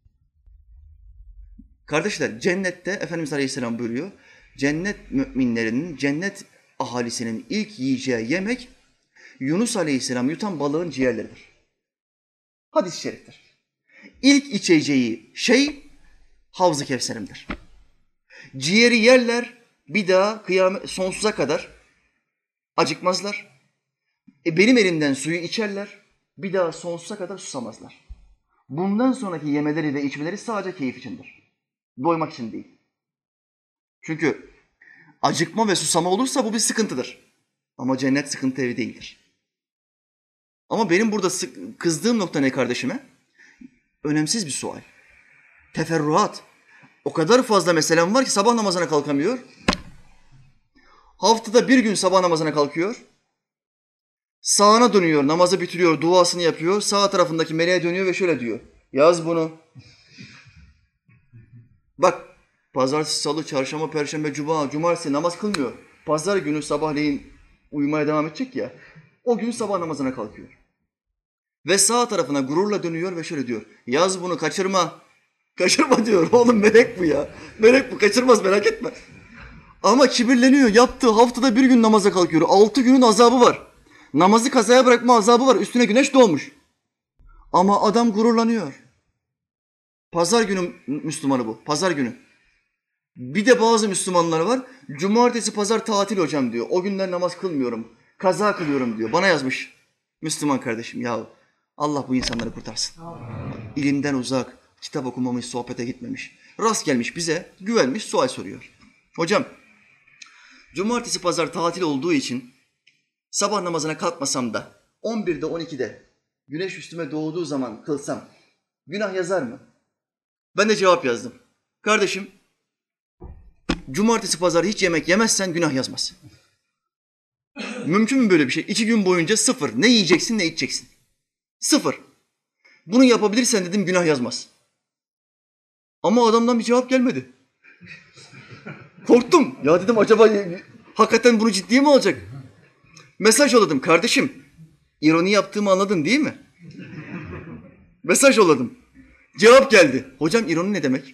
Kardeşler, cennette Efendimiz Aleyhisselam buyuruyor, cennet müminlerinin, cennet ahalisinin ilk yiyeceği yemek Yunus Aleyhisselam yutan balığın ciğerleridir. Hadis-i şeriftir. İlk içeceği şey Havz-ı Kevser'imdir. Ciğeri yerler, bir daha kıyamet sonsuza kadar acıkmazlar. Benim elimden suyu içerler, bir daha sonsuza kadar susamazlar. Bundan sonraki yemeleri ve içmeleri sadece keyif içindir. Doymak için değil. Çünkü acıkma ve susama olursa bu bir sıkıntıdır. Ama cennet sıkıntı evi değildir. Ama benim burada kızdığım nokta ne kardeşime? Önemsiz bir sual. Teferruat. O kadar fazla meselem var ki sabah namazına kalkamıyor. Haftada bir gün sabah namazına kalkıyor. Sağına dönüyor, namazı bitiriyor, duasını yapıyor. Sağ tarafındaki meleğe dönüyor ve şöyle diyor. Yaz bunu. Bak, pazartesi, salı, çarşamba, perşembe, cuma, cumartesi namaz kılmıyor. Pazar günü sabahleyin uyumaya devam edecek ya. O gün sabah namazına kalkıyor. Ve sağ tarafına gururla dönüyor ve şöyle diyor. Yaz bunu, kaçırma. Kaçırma diyor. Oğlum melek bu ya. Melek bu, kaçırmaz, merak etme. Ama kibirleniyor. Yaptığı haftada bir gün namaza kalkıyor. 6 günün azabı var. Namazı kazaya bırakma azabı var. Üstüne güneş doğmuş. Ama adam gururlanıyor. Pazar günü Müslümanı bu. Pazar günü. Bir de bazı Müslümanlar var. Cumartesi, pazar tatil hocam diyor. O günler namaz kılmıyorum. Kaza kılıyorum diyor. Bana yazmış Müslüman kardeşim. Ya Allah bu insanları kurtarsın. İlimden uzak, kitap okumamış, sohbete gitmemiş. Rast gelmiş bize, güvenmiş, sual soruyor. Hocam, cumartesi pazar tatil olduğu için sabah namazına kalkmasam da 11'de 12'de güneş üstüme doğduğu zaman kılsam günah yazar mı? Ben de cevap yazdım. Kardeşim, cumartesi pazar hiç yemek yemezsen günah yazmaz. Mümkün mü böyle bir şey? 2 gün boyunca sıfır. Ne yiyeceksin ne içeceksin. Sıfır. Bunu yapabilirsen dedim günah yazmaz. Ama adamdan bir cevap gelmedi. Korktum. Ya dedim acaba hakikaten bunu ciddiye mi alacak? Mesaj yolladım. Kardeşim, ironi yaptığımı anladın değil mi? Mesaj yolladım. Cevap geldi. Hocam ironi ne demek?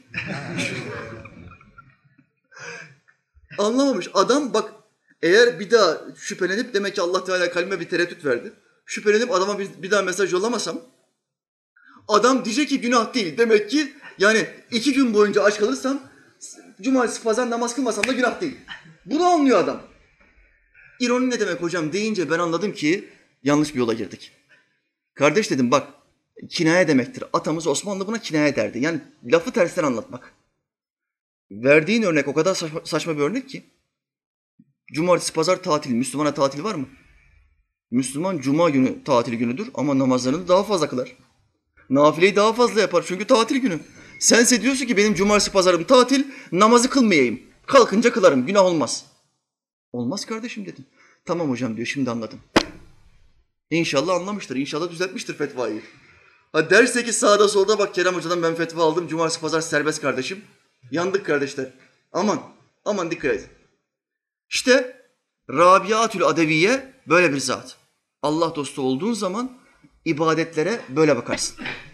Anlamamış. Adam bak, eğer bir daha şüphelenip demek ki Allah Teala kalbime bir tereddüt verdi. Şüphelenip adama bir daha mesaj yollamasam adam diyecek ki günah değil. Demek ki yani 2 gün boyunca aç kalırsam cumartesi pazar namaz kılmasam da günah değil. Bunu anlıyor adam. İroni ne demek hocam deyince ben anladım ki yanlış bir yola girdik. Kardeş dedim bak, kinaye demektir. Atamız Osmanlı buna kinaye derdi. Yani lafı tersten anlatmak. Verdiğin örnek o kadar saçma bir örnek ki. Cumartesi pazar tatil. Müslümana tatil var mı? Müslüman cuma günü tatil günüdür ama namazlarını daha fazla kılar. Nafileyi daha fazla yapar çünkü tatil günü. Sense diyorsun ki benim cumartesi pazarım tatil, namazı kılmayayım. Kalkınca kılarım, günah olmaz. Olmaz kardeşim dedim. Tamam hocam diyor, şimdi anladım. İnşallah anlamıştır, inşallah düzeltmiştir fetvayı. Ha derse ki sağda solda bak Kerem Hoca'dan ben fetva aldım, cumartesi pazar serbest kardeşim. Yandık kardeşler. Aman dikkat et. İşte Rabiatül Adeviye böyle bir zat. Allah dostu olduğun zaman ibadetlere böyle bakarsın.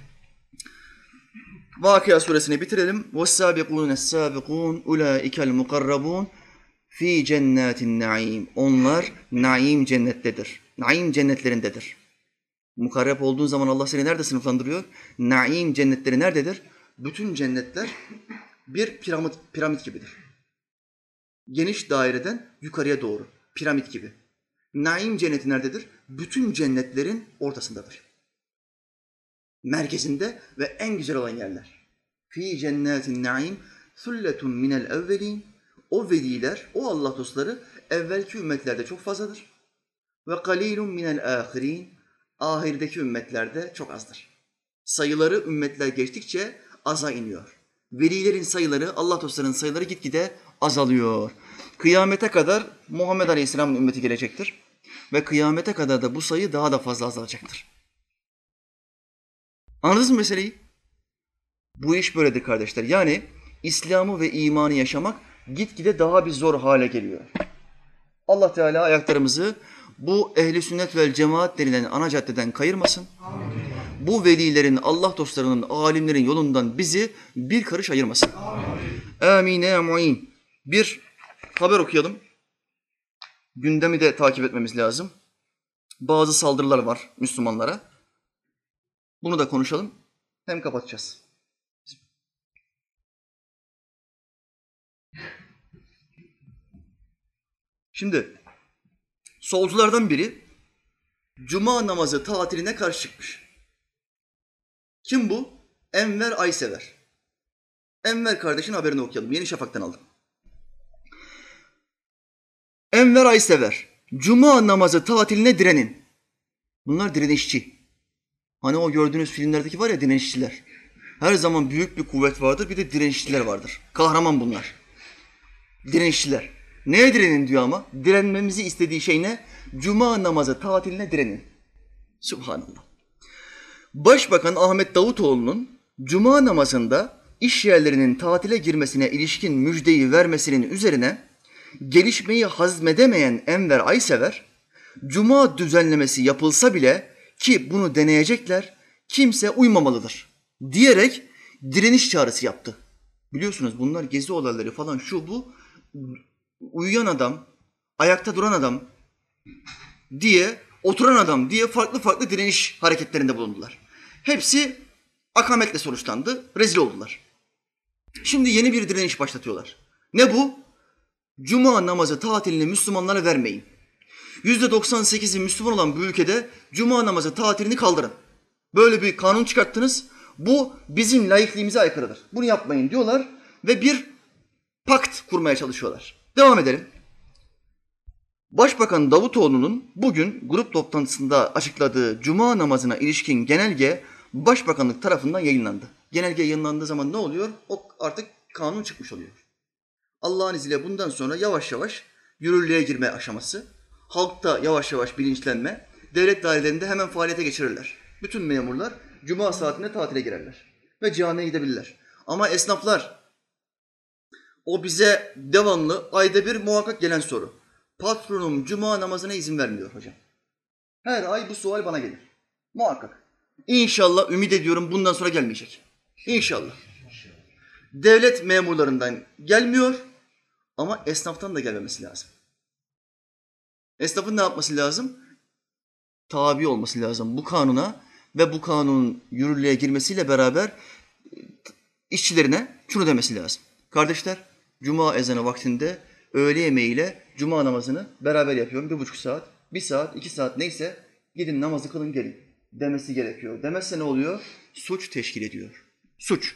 Vakıa suresini bitirelim. وَالسَّابِقُونَ السَّابِقُونَ اُولَٰئِكَ الْمُقَرَّبُونَ ف۪ي جَنَّاتِ النَّعِيمِ Onlar naim cennettedir. Naim cennetlerindedir. Mukarreb olduğun zaman Allah seni nerede sınıflandırıyor? Naim cennetleri nerededir? Bütün cennetler bir piramit gibidir. Geniş daireden yukarıya doğru. Piramit gibi. Naim cenneti nerededir? Bütün cennetlerin ortasındadır. Merkezinde ve en güzel olan yerler. Fî cennetin naim sulletun minel evvelin. O veliler, o Allah dostları evvelki ümmetlerde çok fazladır. Ve kalilun minel ahirin. Ahirdeki ümmetlerde çok azdır. Sayıları ümmetler geçtikçe aza iniyor. Velilerin sayıları, Allah dostlarının sayıları gitgide azalıyor. Kıyamete kadar Muhammed Aleyhisselam'ın ümmeti gelecektir. Ve kıyamete kadar da bu sayı daha da fazla azalacaktır. Anladınız mı meseleyi? Bu iş böyledir kardeşler. Yani İslam'ı ve imanı yaşamak gitgide daha bir zor hale geliyor. Allah Teala ayaklarımızı bu ehli sünnet vel cemaat denilen ana caddeden kayırmasın. Amin. Bu velilerin, Allah dostlarının, alimlerin yolundan bizi bir karış ayırmasın. Amin. Amin. Bir haber okuyalım. Gündemi de takip etmemiz lazım. Bazı saldırılar var Müslümanlara. Bunu da konuşalım. Hem kapatacağız. Şimdi solculardan biri Cuma namazı tatiline karşı çıkmış. Kim bu? Enver Aysever. Enver kardeşin haberini okuyalım. Yeni Şafak'tan aldım. Enver Aysever, Cuma namazı tatiline direnin. Bunlar direnişçi. Hani o gördüğünüz filmlerdeki var ya direnişçiler. Her zaman büyük bir kuvvet vardır, bir de direnişçiler vardır. Kahraman bunlar. Direnişçiler. Neye direnin diyor ama? Direnmemizi istediği şey ne? Cuma namazı tatiline direnin. Subhanallah. Başbakan Ahmet Davutoğlu'nun Cuma namazında iş yerlerinin tatile girmesine ilişkin müjdeyi vermesinin üzerine gelişmeyi hazmedemeyen Enver Aysever, Cuma düzenlemesi yapılsa bile ki bunu deneyecekler, kimse uymamalıdır diyerek direniş çağrısı yaptı. Biliyorsunuz bunlar gezi olayları falan şu bu, uyuyan adam, ayakta duran adam diye, oturan adam diye farklı direniş hareketlerinde bulundular. Hepsi akametle sonuçlandı, rezil oldular. Şimdi yeni bir direniş başlatıyorlar. Ne bu? Cuma namazı tatilini Müslümanlara vermeyin. %98'i Müslüman olan bu ülkede Cuma namazı tatilini kaldırın. Böyle bir kanun çıkarttınız. Bu bizim laikliğimize aykırıdır. Bunu yapmayın diyorlar ve bir pakt kurmaya çalışıyorlar. Devam edelim. Başbakan Davutoğlu'nun bugün grup toplantısında açıkladığı cuma namazına ilişkin genelge Başbakanlık tarafından yayınlandı. Genelge yayınlandığı zaman ne oluyor? O artık kanun çıkmış oluyor. Allah'ın izniyle bundan sonra yavaş yavaş yürürlüğe girme aşaması, halkta yavaş yavaş bilinçlenme, devlet dairelerinde hemen faaliyete geçirirler. Bütün memurlar cuma saatinde tatile girerler ve camiye gidebilirler. Ama esnaflar, o bize devamlı ayda bir muhakkak gelen soru. Patronum cuma namazına izin vermiyor hocam. Her ay bu sual bana gelir. Muhakkak. İnşallah ümit ediyorum bundan sonra gelmeyecek. İnşallah. Devlet memurlarından gelmiyor ama esnaftan da gelmemesi lazım. Esnafın ne yapması lazım? Tabi olması lazım bu kanuna ve bu kanunun yürürlüğe girmesiyle beraber işçilerine şunu demesi lazım. Kardeşler, cuma ezanı vaktinde öğle yemeğiyle cuma namazını beraber yapıyorum. 1,5 saat, 1 saat, 2 saat neyse gidin namazı kılın gelin demesi gerekiyor. Demezse ne oluyor? Suç teşkil ediyor. Suç.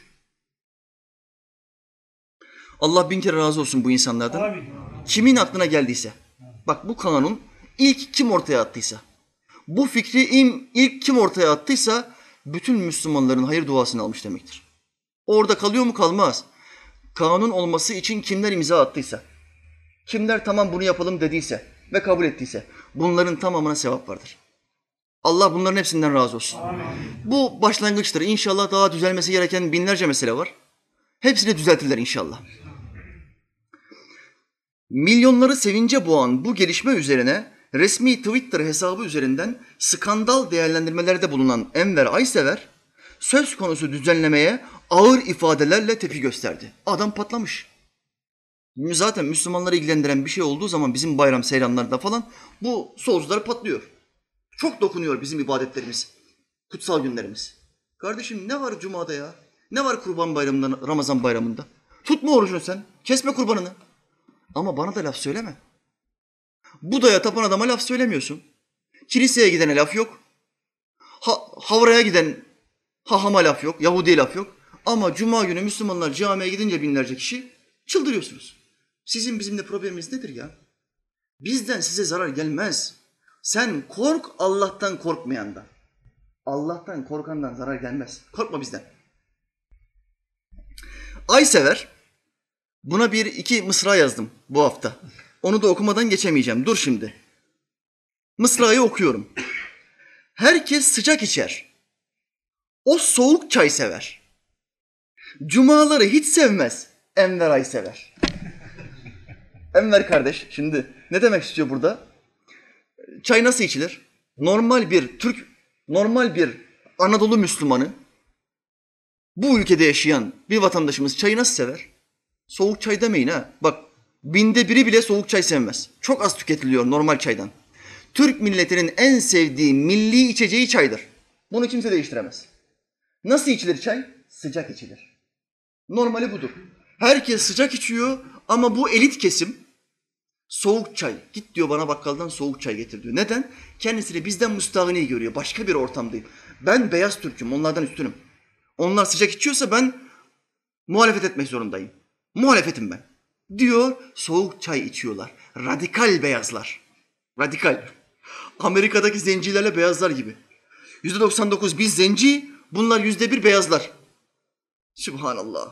Allah bin kere razı olsun bu insanlardan. Amin. Kimin aklına geldiyse, bak bu kanun ilk kim ortaya attıysa, bu fikri ilk kim ortaya attıysa bütün Müslümanların hayır duasını almış demektir. Orada kalıyor mu? Kalmaz. Kanun olması için kimler imza attıysa, kimler tamam bunu yapalım dediyse ve kabul ettiyse bunların tamamına sevap vardır. Allah bunların hepsinden razı olsun. Amin. Bu başlangıçtır. İnşallah daha düzelmesi gereken binlerce mesele var. Hepsini düzeltirler inşallah. Milyonları sevince boğan bu gelişme üzerine resmi Twitter hesabı üzerinden skandal değerlendirmelerde bulunan Enver Aysever söz konusu düzenlemeye ağır ifadelerle tepki gösterdi. Adam patlamış. Zaten Müslümanları ilgilendiren bir şey olduğu zaman bizim bayram seyranlarında falan bu solcular patlıyor. Çok dokunuyor bizim ibadetlerimiz, kutsal günlerimiz. Kardeşim ne var Cuma'da ya? Ne var Kurban Bayramı'nda, Ramazan Bayramı'nda? Tutma orucunu sen, kesme kurbanını. Ama bana da laf söyleme. Budaya tapan adama laf söylemiyorsun. Kiliseye gidene laf yok. Havraya giden hahama laf yok, Yahudi'ye laf yok. Ama Cuma günü Müslümanlar camiye gidince binlerce kişi çıldırıyorsunuz. Sizin bizimle problemimiz nedir ya? Bizden size zarar gelmez. Sen kork Allah'tan korkmayandan. Allah'tan korkandan zarar gelmez. Korkma bizden. Aysever, buna 1-2 mısra yazdım bu hafta. Onu da okumadan geçemeyeceğim. Dur şimdi. Mısrayı okuyorum. Herkes sıcak içer. O soğuk çay sever. Cumaları hiç sevmez. Enver Aysever. Enver kardeş, şimdi ne demek istiyor burada? Çay nasıl içilir? Normal bir Anadolu Müslümanı, bu ülkede yaşayan bir vatandaşımız çayı nasıl sever? Soğuk çay demeyin ha. Bak, 1/1000 bile soğuk çay sevmez. Çok az tüketiliyor normal çaydan. Türk milletinin en sevdiği milli içeceği çaydır. Bunu kimse değiştiremez. Nasıl içilir çay? Sıcak içilir. Normali budur. Herkes sıcak içiyor ama bu elit kesim soğuk çay. Git diyor bana bakkaldan soğuk çay getir diyor. Neden? Kendisini bizden müstahni görüyor. Başka bir ortamdayım. Ben beyaz Türk'üm. Onlardan üstünüm. Onlar sıcak içiyorsa ben muhalefet etmek zorundayım. Muhalefetim ben. Diyor, soğuk çay içiyorlar. Radikal beyazlar. Radikal. Amerika'daki zencilerle beyazlar gibi. %99 biz zenci, bunlar %1 beyazlar. Sübhanallah.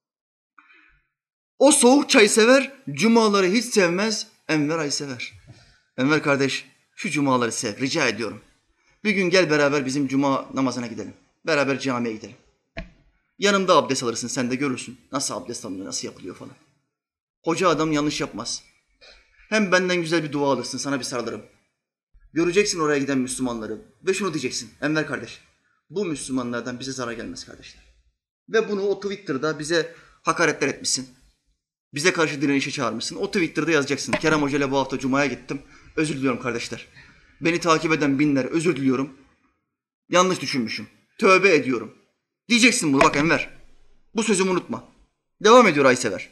O soğuk çay sever, cumaları hiç sevmez, Enver Aysever. Enver kardeş, şu cumaları sev, rica ediyorum. Bir gün gel beraber bizim cuma namazına gidelim. Beraber camiye gidelim. Yanımda abdest alırsın, sen de görürsün. Nasıl abdest alınıyor, nasıl yapılıyor falan. Hoca adam yanlış yapmaz. Hem benden güzel bir dua alırsın, sana bir sarılırım. Göreceksin oraya giden Müslümanları ve şunu diyeceksin. Enver kardeş, bu Müslümanlardan bize zarar gelmez kardeşler. Ve bunu o Twitter'da bize hakaretler etmişsin. Bize karşı direnişe çağırmışsın. O Twitter'da yazacaksın. Kerem Hoca ile bu hafta Cuma'ya gittim. Özür diliyorum kardeşler. Beni takip eden binler özür diliyorum. Yanlış düşünmüşüm. Tövbe ediyorum. Diyeceksin bunu bak Enver. Bu sözümü unutma. Devam ediyor Aysever.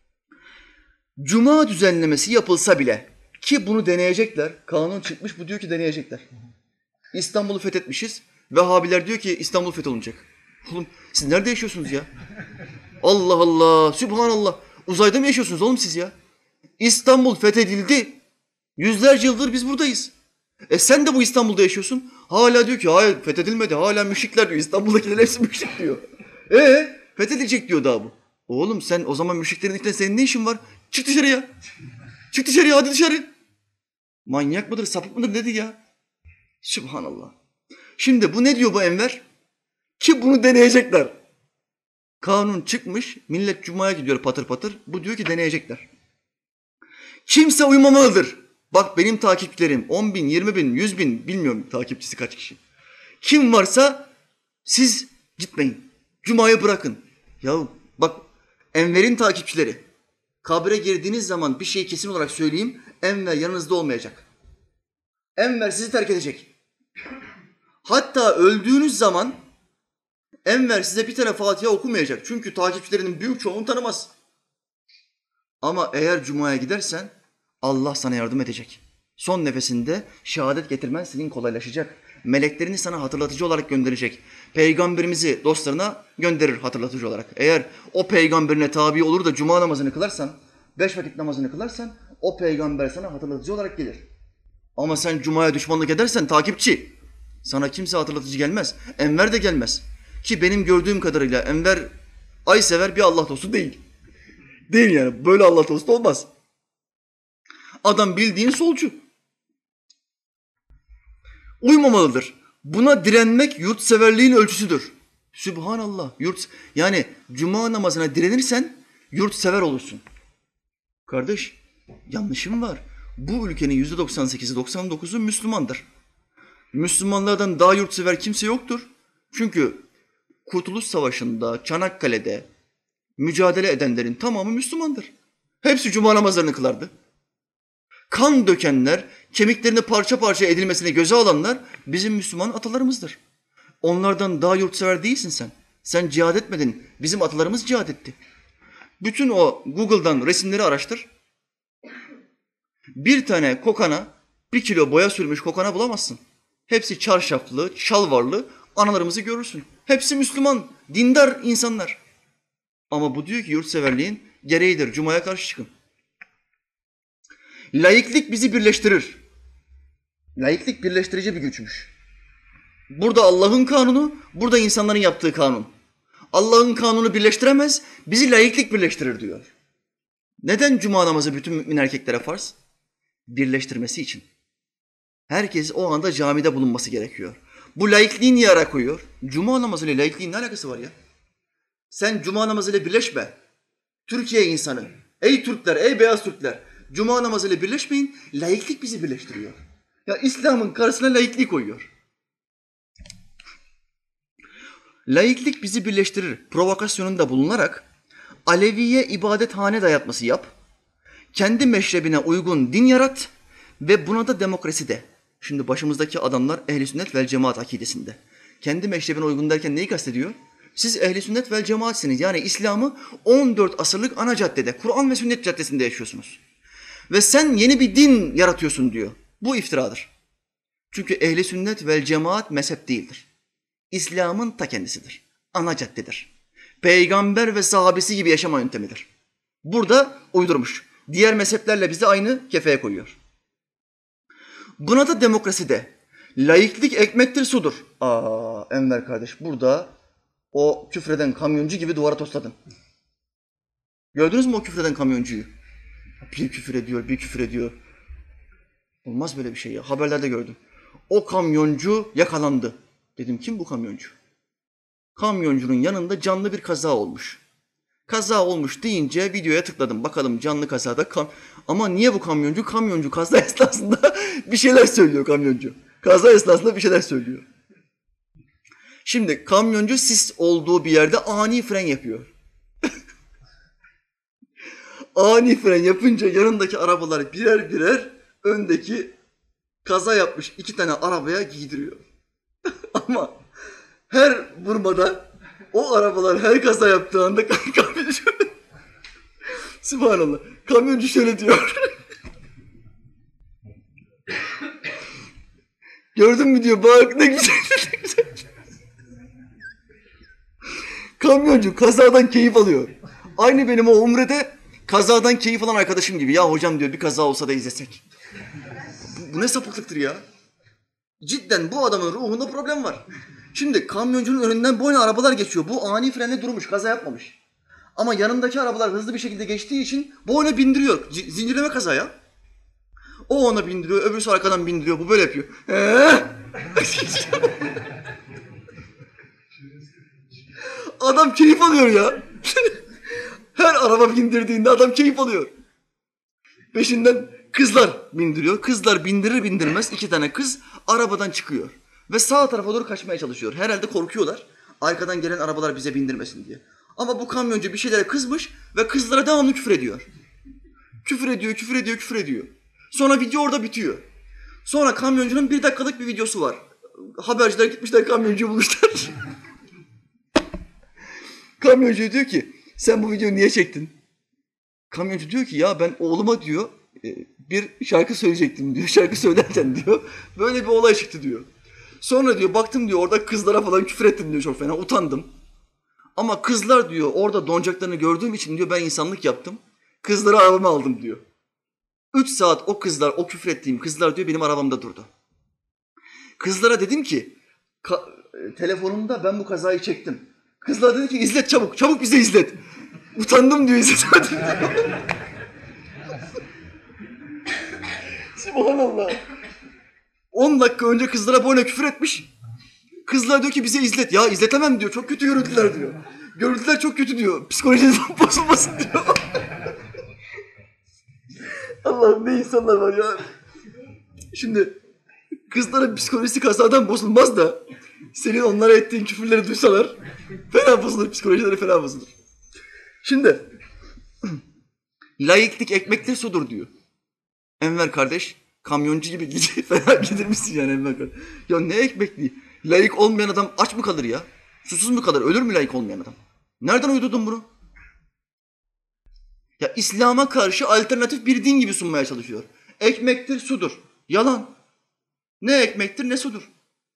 Cuma düzenlemesi yapılsa bile ki bunu deneyecekler. Kanun çıkmış bu diyor ki deneyecekler. İstanbul'u fethetmişiz. Vehhabiler diyor ki İstanbul fetholunacak. Oğlum siz nerede yaşıyorsunuz ya? Allah Allah, Sübhanallah. Uzayda mı yaşıyorsunuz oğlum siz ya? İstanbul fethedildi. Yüzlerce yıldır biz buradayız. Sen de bu İstanbul'da yaşıyorsun. Hala diyor ki hayır fethedilmedi. Hala müşrikler diyor. İstanbul'dakiler hepsi müşrik diyor. Fethedilecek diyor daha bu. Oğlum sen o zaman müşriklerin içinde senin ne işin var? Çık dışarıya. Çık dışarıya, hadi dışarı. Manyak mıdır, sapık mıdır dedi ya. Sübhanallah. Şimdi bu ne diyor bu Enver? Ki bunu deneyecekler. Kanun çıkmış, millet cumaya gidiyor patır patır. Bu diyor ki deneyecekler. Kimse uymamalıdır. Bak benim takipçilerim 10 bin, 20 bin, 100 bin bilmiyorum takipçisi kaç kişi. Kim varsa siz gitmeyin. Cuma'yı bırakın. Ya bak Enver'in takipçileri. Kabre girdiğiniz zaman bir şeyi kesin olarak söyleyeyim. Enver yanınızda olmayacak. Enver sizi terk edecek. Hatta öldüğünüz zaman Enver size bir tane Fatiha okumayacak. Çünkü takipçilerinin büyük çoğunu tanımaz. Ama eğer Cuma'ya gidersen Allah sana yardım edecek. Son nefesinde şehadet getirmen senin kolaylaşacak. Meleklerini sana hatırlatıcı olarak gönderecek. Peygamberimizi dostlarına gönderir hatırlatıcı olarak. Eğer o peygamberine tabi olur da Cuma namazını kılarsan, 5 vakit namazını kılarsan o peygamber sana hatırlatıcı olarak gelir. Ama sen Cuma'ya düşmanlık edersen takipçi. Sana kimse hatırlatıcı gelmez. Enver de gelmez. Ki benim gördüğüm kadarıyla Enver aysever bir Allah dostu değil. Değil yani. Böyle Allah dostu olmaz. Adam bildiğin solcu. Uymamalıdır. Buna direnmek yurtseverliğin ölçüsüdür. Sübhanallah. Yani Cuma namazına direnirsen yurtsever olursun. Kardeş, yanlışım var. Bu ülkenin %98'i, 99'u Müslümandır. Müslümanlardan daha yurtsever kimse yoktur. Çünkü Kurtuluş Savaşı'nda, Çanakkale'de mücadele edenlerin tamamı Müslümandır. Hepsi Cuma namazlarını kılardı. Kan dökenler, kemiklerini parça parça edilmesine göze alanlar bizim Müslüman atalarımızdır. Onlardan daha yurtsever değilsin sen. Sen cihad etmedin, bizim atalarımız cihad etti. Bütün o Google'dan resimleri araştır. Bir tane kokana, 1 kilo boya sürmüş kokana bulamazsın. Hepsi çarşaflı, şalvarlı analarımızı görürsün. Hepsi Müslüman, dindar insanlar. Ama bu diyor ki yurtseverliğin gereğidir, Cuma'ya karşı çıkın. Laiklik bizi birleştirir. Laiklik birleştirici bir güçmüş. Burada Allah'ın kanunu, burada insanların yaptığı kanun. Allah'ın kanunu birleştiremez, bizi laiklik birleştirir diyor. Neden Cuma namazı bütün mümin erkeklere farz? Birleştirmesi için. Herkes o anda camide bulunması gerekiyor. Bu laikliği niye ara koyuyor? Cuma namazıyla laikliğin ne alakası var ya? Sen Cuma namazıyla birleşme. Türkiye insanı, ey Türkler, ey beyaz Türkler, Cuma namazıyla birleşmeyin, laiklik bizi birleştiriyor. Ya İslam'ın karşısına laikliği koyuyor. Laiklik bizi birleştirir. Provokasyonunda bulunarak Aleviye ibadethane dayatması yap, kendi meşrebine uygun din yarat ve buna da demokrasi de. Şimdi başımızdaki adamlar ehl-i sünnet vel cemaat akidesinde. Kendi meşrebine uygun derken neyi kastediyor? Siz ehl-i sünnet vel cemaatsiniz. Yani İslam'ı 14 asırlık ana caddede, Kur'an ve sünnet caddesinde yaşıyorsunuz. Ve sen yeni bir din yaratıyorsun diyor. Bu iftiradır. Çünkü ehl-i sünnet vel cemaat mezhep değildir. İslam'ın ta kendisidir. Ana caddedir. Peygamber ve sahabesi gibi yaşama yöntemidir. Burada uydurmuş. Diğer mezheplerle bizi aynı kefeye koyuyor. Buna da demokrasi de. Laiklik ekmektir, sudur. Enver kardeş burada o küfreden kamyoncu gibi duvara tosladın. Gördünüz mü o küfreden kamyoncuyu? Bir küfür ediyor, bir küfür ediyor. Olmaz böyle bir şey ya. Haberlerde gördüm. O kamyoncu yakalandı. Dedim kim bu kamyoncu? Kamyoncunun yanında canlı bir kaza olmuş. Kaza olmuş deyince videoya tıkladım. Bakalım canlı kazada ama niye bu kamyoncu? Kamyoncu kaza esnasında bir şeyler söylüyor kamyoncu. Kaza esnasında bir şeyler söylüyor. Şimdi kamyoncu sis olduğu bir yerde ani fren yapıyor. Ani fren yapınca yanındaki arabalar birer birer öndeki kaza yapmış 2 tane arabaya giydiriyor. Ama her vurmada o arabalar her kaza yaptığı anda kamyoncu Sübhanallah. Kamyoncu şöyle diyor. Gördün mü diyor, bak ne güzel, ne güzel. Kamyoncu kazadan keyif alıyor. Aynı benim o Umre'de kazadan keyif alan arkadaşım gibi. Ya hocam diyor bir kaza olsa da izlesek. Bu ne sapıklıktır ya? Cidden bu adamın ruhunda problem var. Şimdi kamyoncunun önünden boyuna arabalar geçiyor. Bu ani frenle durmuş, kaza yapmamış. Ama yanındaki arabalar hızlı bir şekilde geçtiği için boyuna bindiriyor. Zincirleme kaza ya. O ona bindiriyor, öbürsü arkadan bindiriyor. Bu böyle yapıyor. Adam keyif alıyor ya. Her araba bindirdiğinde adam keyif alıyor. Peşinden kızlar bindiriyor. Kızlar bindirir bindirmez 2 tane kız arabadan çıkıyor. Ve sağ tarafa doğru kaçmaya çalışıyor. Herhalde korkuyorlar. Arkadan gelen arabalar bize bindirmesin diye. Ama bu kamyoncu bir şeylere kızmış ve kızlara devamlı küfür ediyor. Küfür ediyor. Sonra video orada bitiyor. Sonra kamyoncunun 1 dakikalık bir videosu var. Haberciler gitmişler kamyoncuyu bulmuşlar. Kamyoncu diyor ki sen bu videoyu niye çektin? Kamyoncu diyor ki ya ben oğluma diyor bir şarkı söyleyecektim diyor. Şarkı söylerken diyor böyle bir olay çıktı diyor. Sonra diyor baktım diyor orada kızlara falan küfür ettim diyor çok fena utandım. Ama kızlar diyor orada donacaklarını gördüğüm için diyor ben insanlık yaptım. Kızları arabama aldım diyor. 3 saat o kızlar, o küfür ettiğim kızlar diyor benim arabamda durdu. Kızlara dedim ki telefonumda ben bu kazayı çektim. Kızlar dedi ki izlet çabuk bize izlet. Utandım diyor izletemedim diyor. Subhanallah. 10 dakika önce kızlara böyle küfür etmiş. Kızlar diyor ki bize izlet. Ya izletemem diyor. Çok kötü görüntüler diyor. Görüntüler çok kötü diyor. Psikolojiniz bozulmasın diyor. Allah'ım ne insanlar var ya. Şimdi kızların psikolojisi kazadan bozulmaz da senin onlara ettiğin küfürleri duysalar fena bozulur. Psikolojileri fena bozulur. Şimdi laiklik ekmektir sudur diyor. Enver kardeş kamyoncu gibi fena gidirmişsin yani Enver kardeş. Ya ne ekmekliği? Laik olmayan adam aç mı kalır ya? Susuz mu kalır? Ölür mü laik olmayan adam? Nereden uydurdun bunu? Ya İslam'a karşı alternatif bir din gibi sunmaya çalışıyor. Ekmektir, sudur. Yalan. Ne ekmektir ne sudur.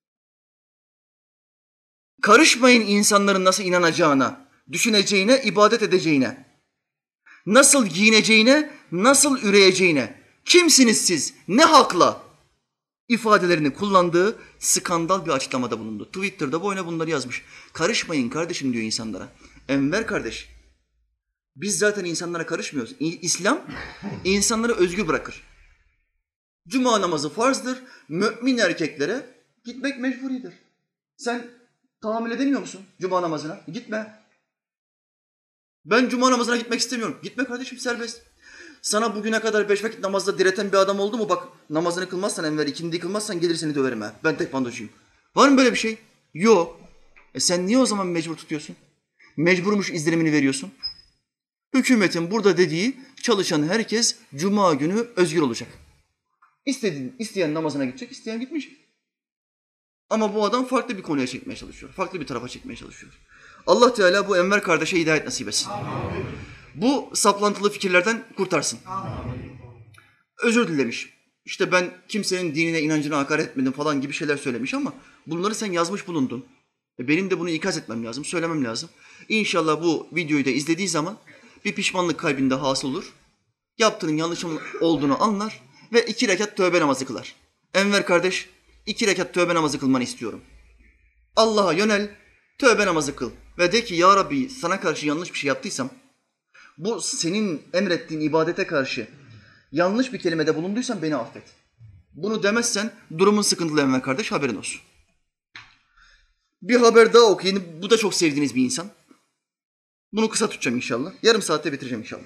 Karışmayın insanların nasıl inanacağına, düşüneceğine, ibadet edeceğine. Nasıl giyineceğine, nasıl üreyeceğine. Kimsiniz siz? Ne hakla? İfadelerini kullandığı skandal bir açıklamada bulundu. Twitter'da boyuna bunları yazmış. Karışmayın kardeşim diyor insanlara. Enver kardeş, biz zaten insanlara karışmıyoruz. İslam insanları özgür bırakır. Cuma namazı farzdır. Mümin erkeklere gitmek mecburidir. Sen tahammül edemiyor musun cuma namazına? Gitme. Ben cuma namazına gitmek istemiyorum. Gitme kardeşim serbest. Sana bugüne kadar 5 vakit namazda direten bir adam oldu mu? Bak namazını kılmazsan Enver, ikindi kılmazsan gelir seni döverim ha. Ben tek pandocuyum. Var mı böyle bir şey? Yok. Sen niye o zaman mecbur tutuyorsun? Mecburmuş izlenimini veriyorsun. Hükümetin burada dediği çalışan herkes cuma günü özgür olacak. İsteyen namazına gidecek, isteyen gitmeyecek. Ama bu adam farklı bir konuya çekmeye çalışıyor. Farklı bir tarafa çekmeye çalışıyor. Allah Teala bu Enver kardeşe hidayet nasip etsin. Bu saplantılı fikirlerden kurtarsın. Özür dilemiş. İşte ben kimsenin dinine, inancına hakaret etmedim falan gibi şeyler söylemiş ama bunları sen yazmış bulundun. Benim de bunu ikaz etmem lazım, söylemem lazım. İnşallah bu videoyu da izlediği zaman bir pişmanlık kalbinde hasıl olur. Yaptığının yanlış olduğunu anlar ve 2 rekat tövbe namazı kılar. Enver kardeş, 2 rekat tövbe namazı kılmanı istiyorum. Allah'a yönel, tövbe namazı kıl ve de ki ya Rabbi sana karşı yanlış bir şey yaptıysam, bu senin emrettiğin ibadete karşı yanlış bir kelimede bulunduysam beni affet. Bunu demezsen durumun sıkıntılı Enver kardeş, haberin olsun. Bir haber daha okuyayım. Bu da çok sevdiğiniz bir insan. Bunu kısa tutacağım inşallah. Yarım saatte bitireceğim inşallah.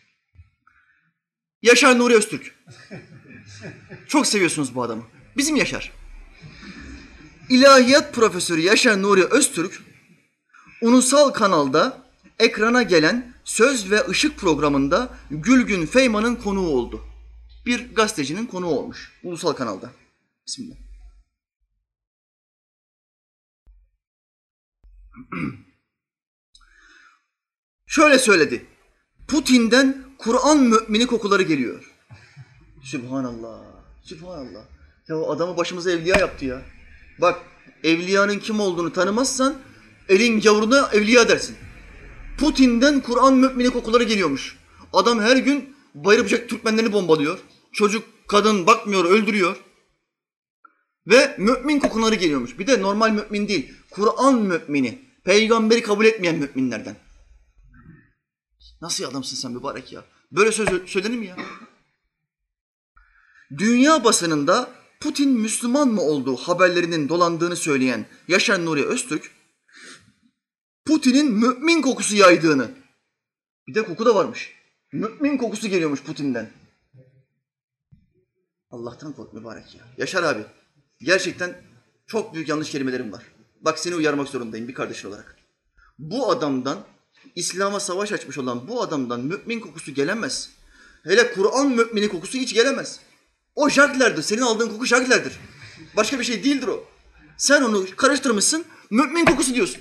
Yaşar Nuri Öztürk. Çok seviyorsunuz bu adamı. Bizim Yaşar. İlahiyat profesörü Yaşar Nuri Öztürk, ulusal kanalda ekrana gelen Söz ve Işık programında Gülgün Feyman'ın konuğu oldu. Bir gazetecinin konuğu olmuş ulusal kanalda. Bismillah. Şöyle söyledi. Putin'den Kur'an mümini kokuları geliyor. Sübhanallah. Sübhanallah. Ya o adamı başımıza evliya yaptı ya. Bak evliyanın kim olduğunu tanımazsan Elin gavuruna evliya dersin. Putin'den Kur'an mümini kokuları geliyormuş. Adam her gün Bayır Bıçak Türkmenlerini bombalıyor. Çocuk, kadın bakmıyor, öldürüyor. Ve mümin kokuları geliyormuş. Bir de normal mümin değil, Kur'an mümini. Peygamberi kabul etmeyen müminlerden. Nasıl adamsın sen mübarek ya? Böyle söz söylenir mi ya? Dünya basınında Putin Müslüman mı olduğu haberlerinin dolandığını söyleyen Yaşar Nuri Öztürk, Putin'in mümin kokusu yaydığını, bir de koku da varmış, mümin kokusu geliyormuş Putin'den. Allah'tan kork mübarek ya. Yaşar abi, gerçekten çok büyük yanlış kelimelerim var. Bak seni uyarmak zorundayım bir kardeşin olarak. Bu adamdan, İslam'a savaş açmış olan bu adamdan mümin kokusu gelemez. Hele Kur'an mümini kokusu hiç gelemez. O Jagler'dir. Senin aldığın koku Jagler'dir. Başka bir şey değildir o. Sen onu karıştırmışsın, mümin kokusu diyorsun.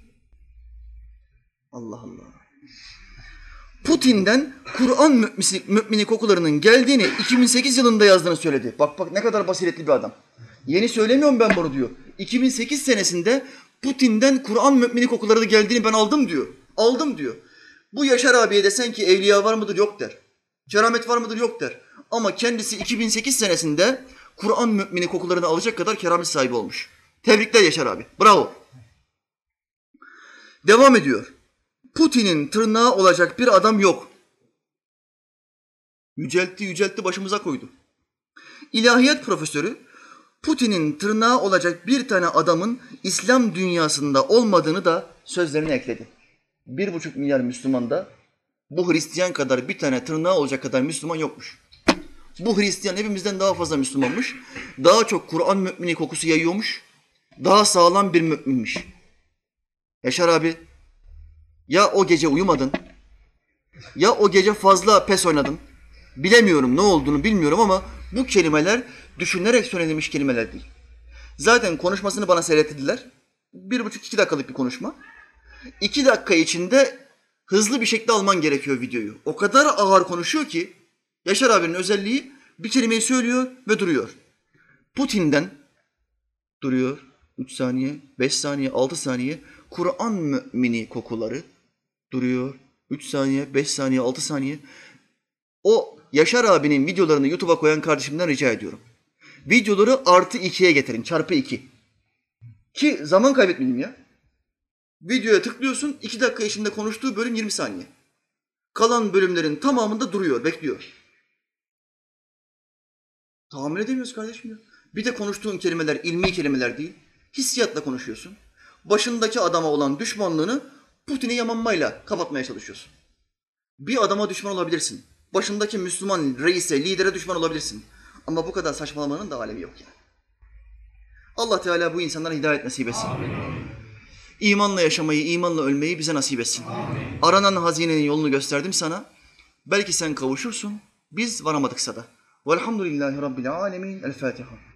Allah Allah. Putin'den Kur'an mümini kokularının geldiğini 2008 yılında yazdığını söyledi. Bak ne kadar basiretli bir adam. Yeni söylemiyorum ben bunu diyor. 2008 senesinde Putin'den Kur'an mümini kokuları geldiğini ben aldım diyor. Aldım diyor. Bu Yaşar abiye desen ki evliya var mıdır? Yok der. Keramet var mıdır? Yok der. Ama kendisi 2008 senesinde Kur'an mümini kokularını alacak kadar keramet sahibi olmuş. Tebrikler Yaşar abi. Bravo. Devam ediyor. Putin'in tırnağı olacak bir adam yok. Yüceltti başımıza koydu. İlahiyat profesörü Putin'in tırnağı olacak bir tane adamın İslam dünyasında olmadığını da sözlerine ekledi. 1,5 milyar Müslümanda bu Hristiyan kadar bir tane tırnağı olacak kadar Müslüman yokmuş. Bu Hristiyan hepimizden daha fazla Müslümanmış. Daha çok Kur'an mümini kokusu yayıyormuş. Daha sağlam bir müminmiş. Yaşar abi, ya o gece uyumadın, ya o gece fazla pes oynadın. Bilemiyorum, ne olduğunu bilmiyorum ama bu kelimeler düşünerek söylenmiş kelimeler değil. Zaten konuşmasını bana seyrettirdiler. 1,5-2 dakikalık bir konuşma. 2 dakika içinde hızlı bir şekilde alman gerekiyor videoyu. O kadar ağır konuşuyor ki Yaşar abinin özelliği bir kelimeyi söylüyor ve duruyor. Putin'den duruyor 3 saniye, 5 saniye, 6 saniye. Kur'an mümini kokuları duruyor 3 saniye, 5 saniye, 6 saniye. O Yaşar abinin videolarını YouTube'a koyan kardeşimden rica ediyorum. Videoları +2'ye getirin, ×2. Ki zaman kaybetmeyelim ya. Videoya tıklıyorsun, 2 dakika içinde konuştuğu bölüm 20 saniye. Kalan bölümlerin tamamında duruyor, bekliyor. Tahammül edemiyoruz kardeşim ya. Bir de konuştuğun kelimeler ilmi kelimeler değil, hissiyatla konuşuyorsun. Başındaki adama olan düşmanlığını Putin'e yamanmayla kapatmaya çalışıyorsun. Bir adama düşman olabilirsin. Başındaki Müslüman reise, lidere düşman olabilirsin. Ama bu kadar saçmalamanın da alemi yok yani. Allah Teala bu insanlara hidayet nasip etsin. Amin. İmanla yaşamayı, imanla ölmeyi bize nasip etsin. Amin. Aranan hazinenin yolunu gösterdim sana. Belki sen kavuşursun, biz varamadıksa da. Velhamdülillahi Rabbil alemin. El Fatiha.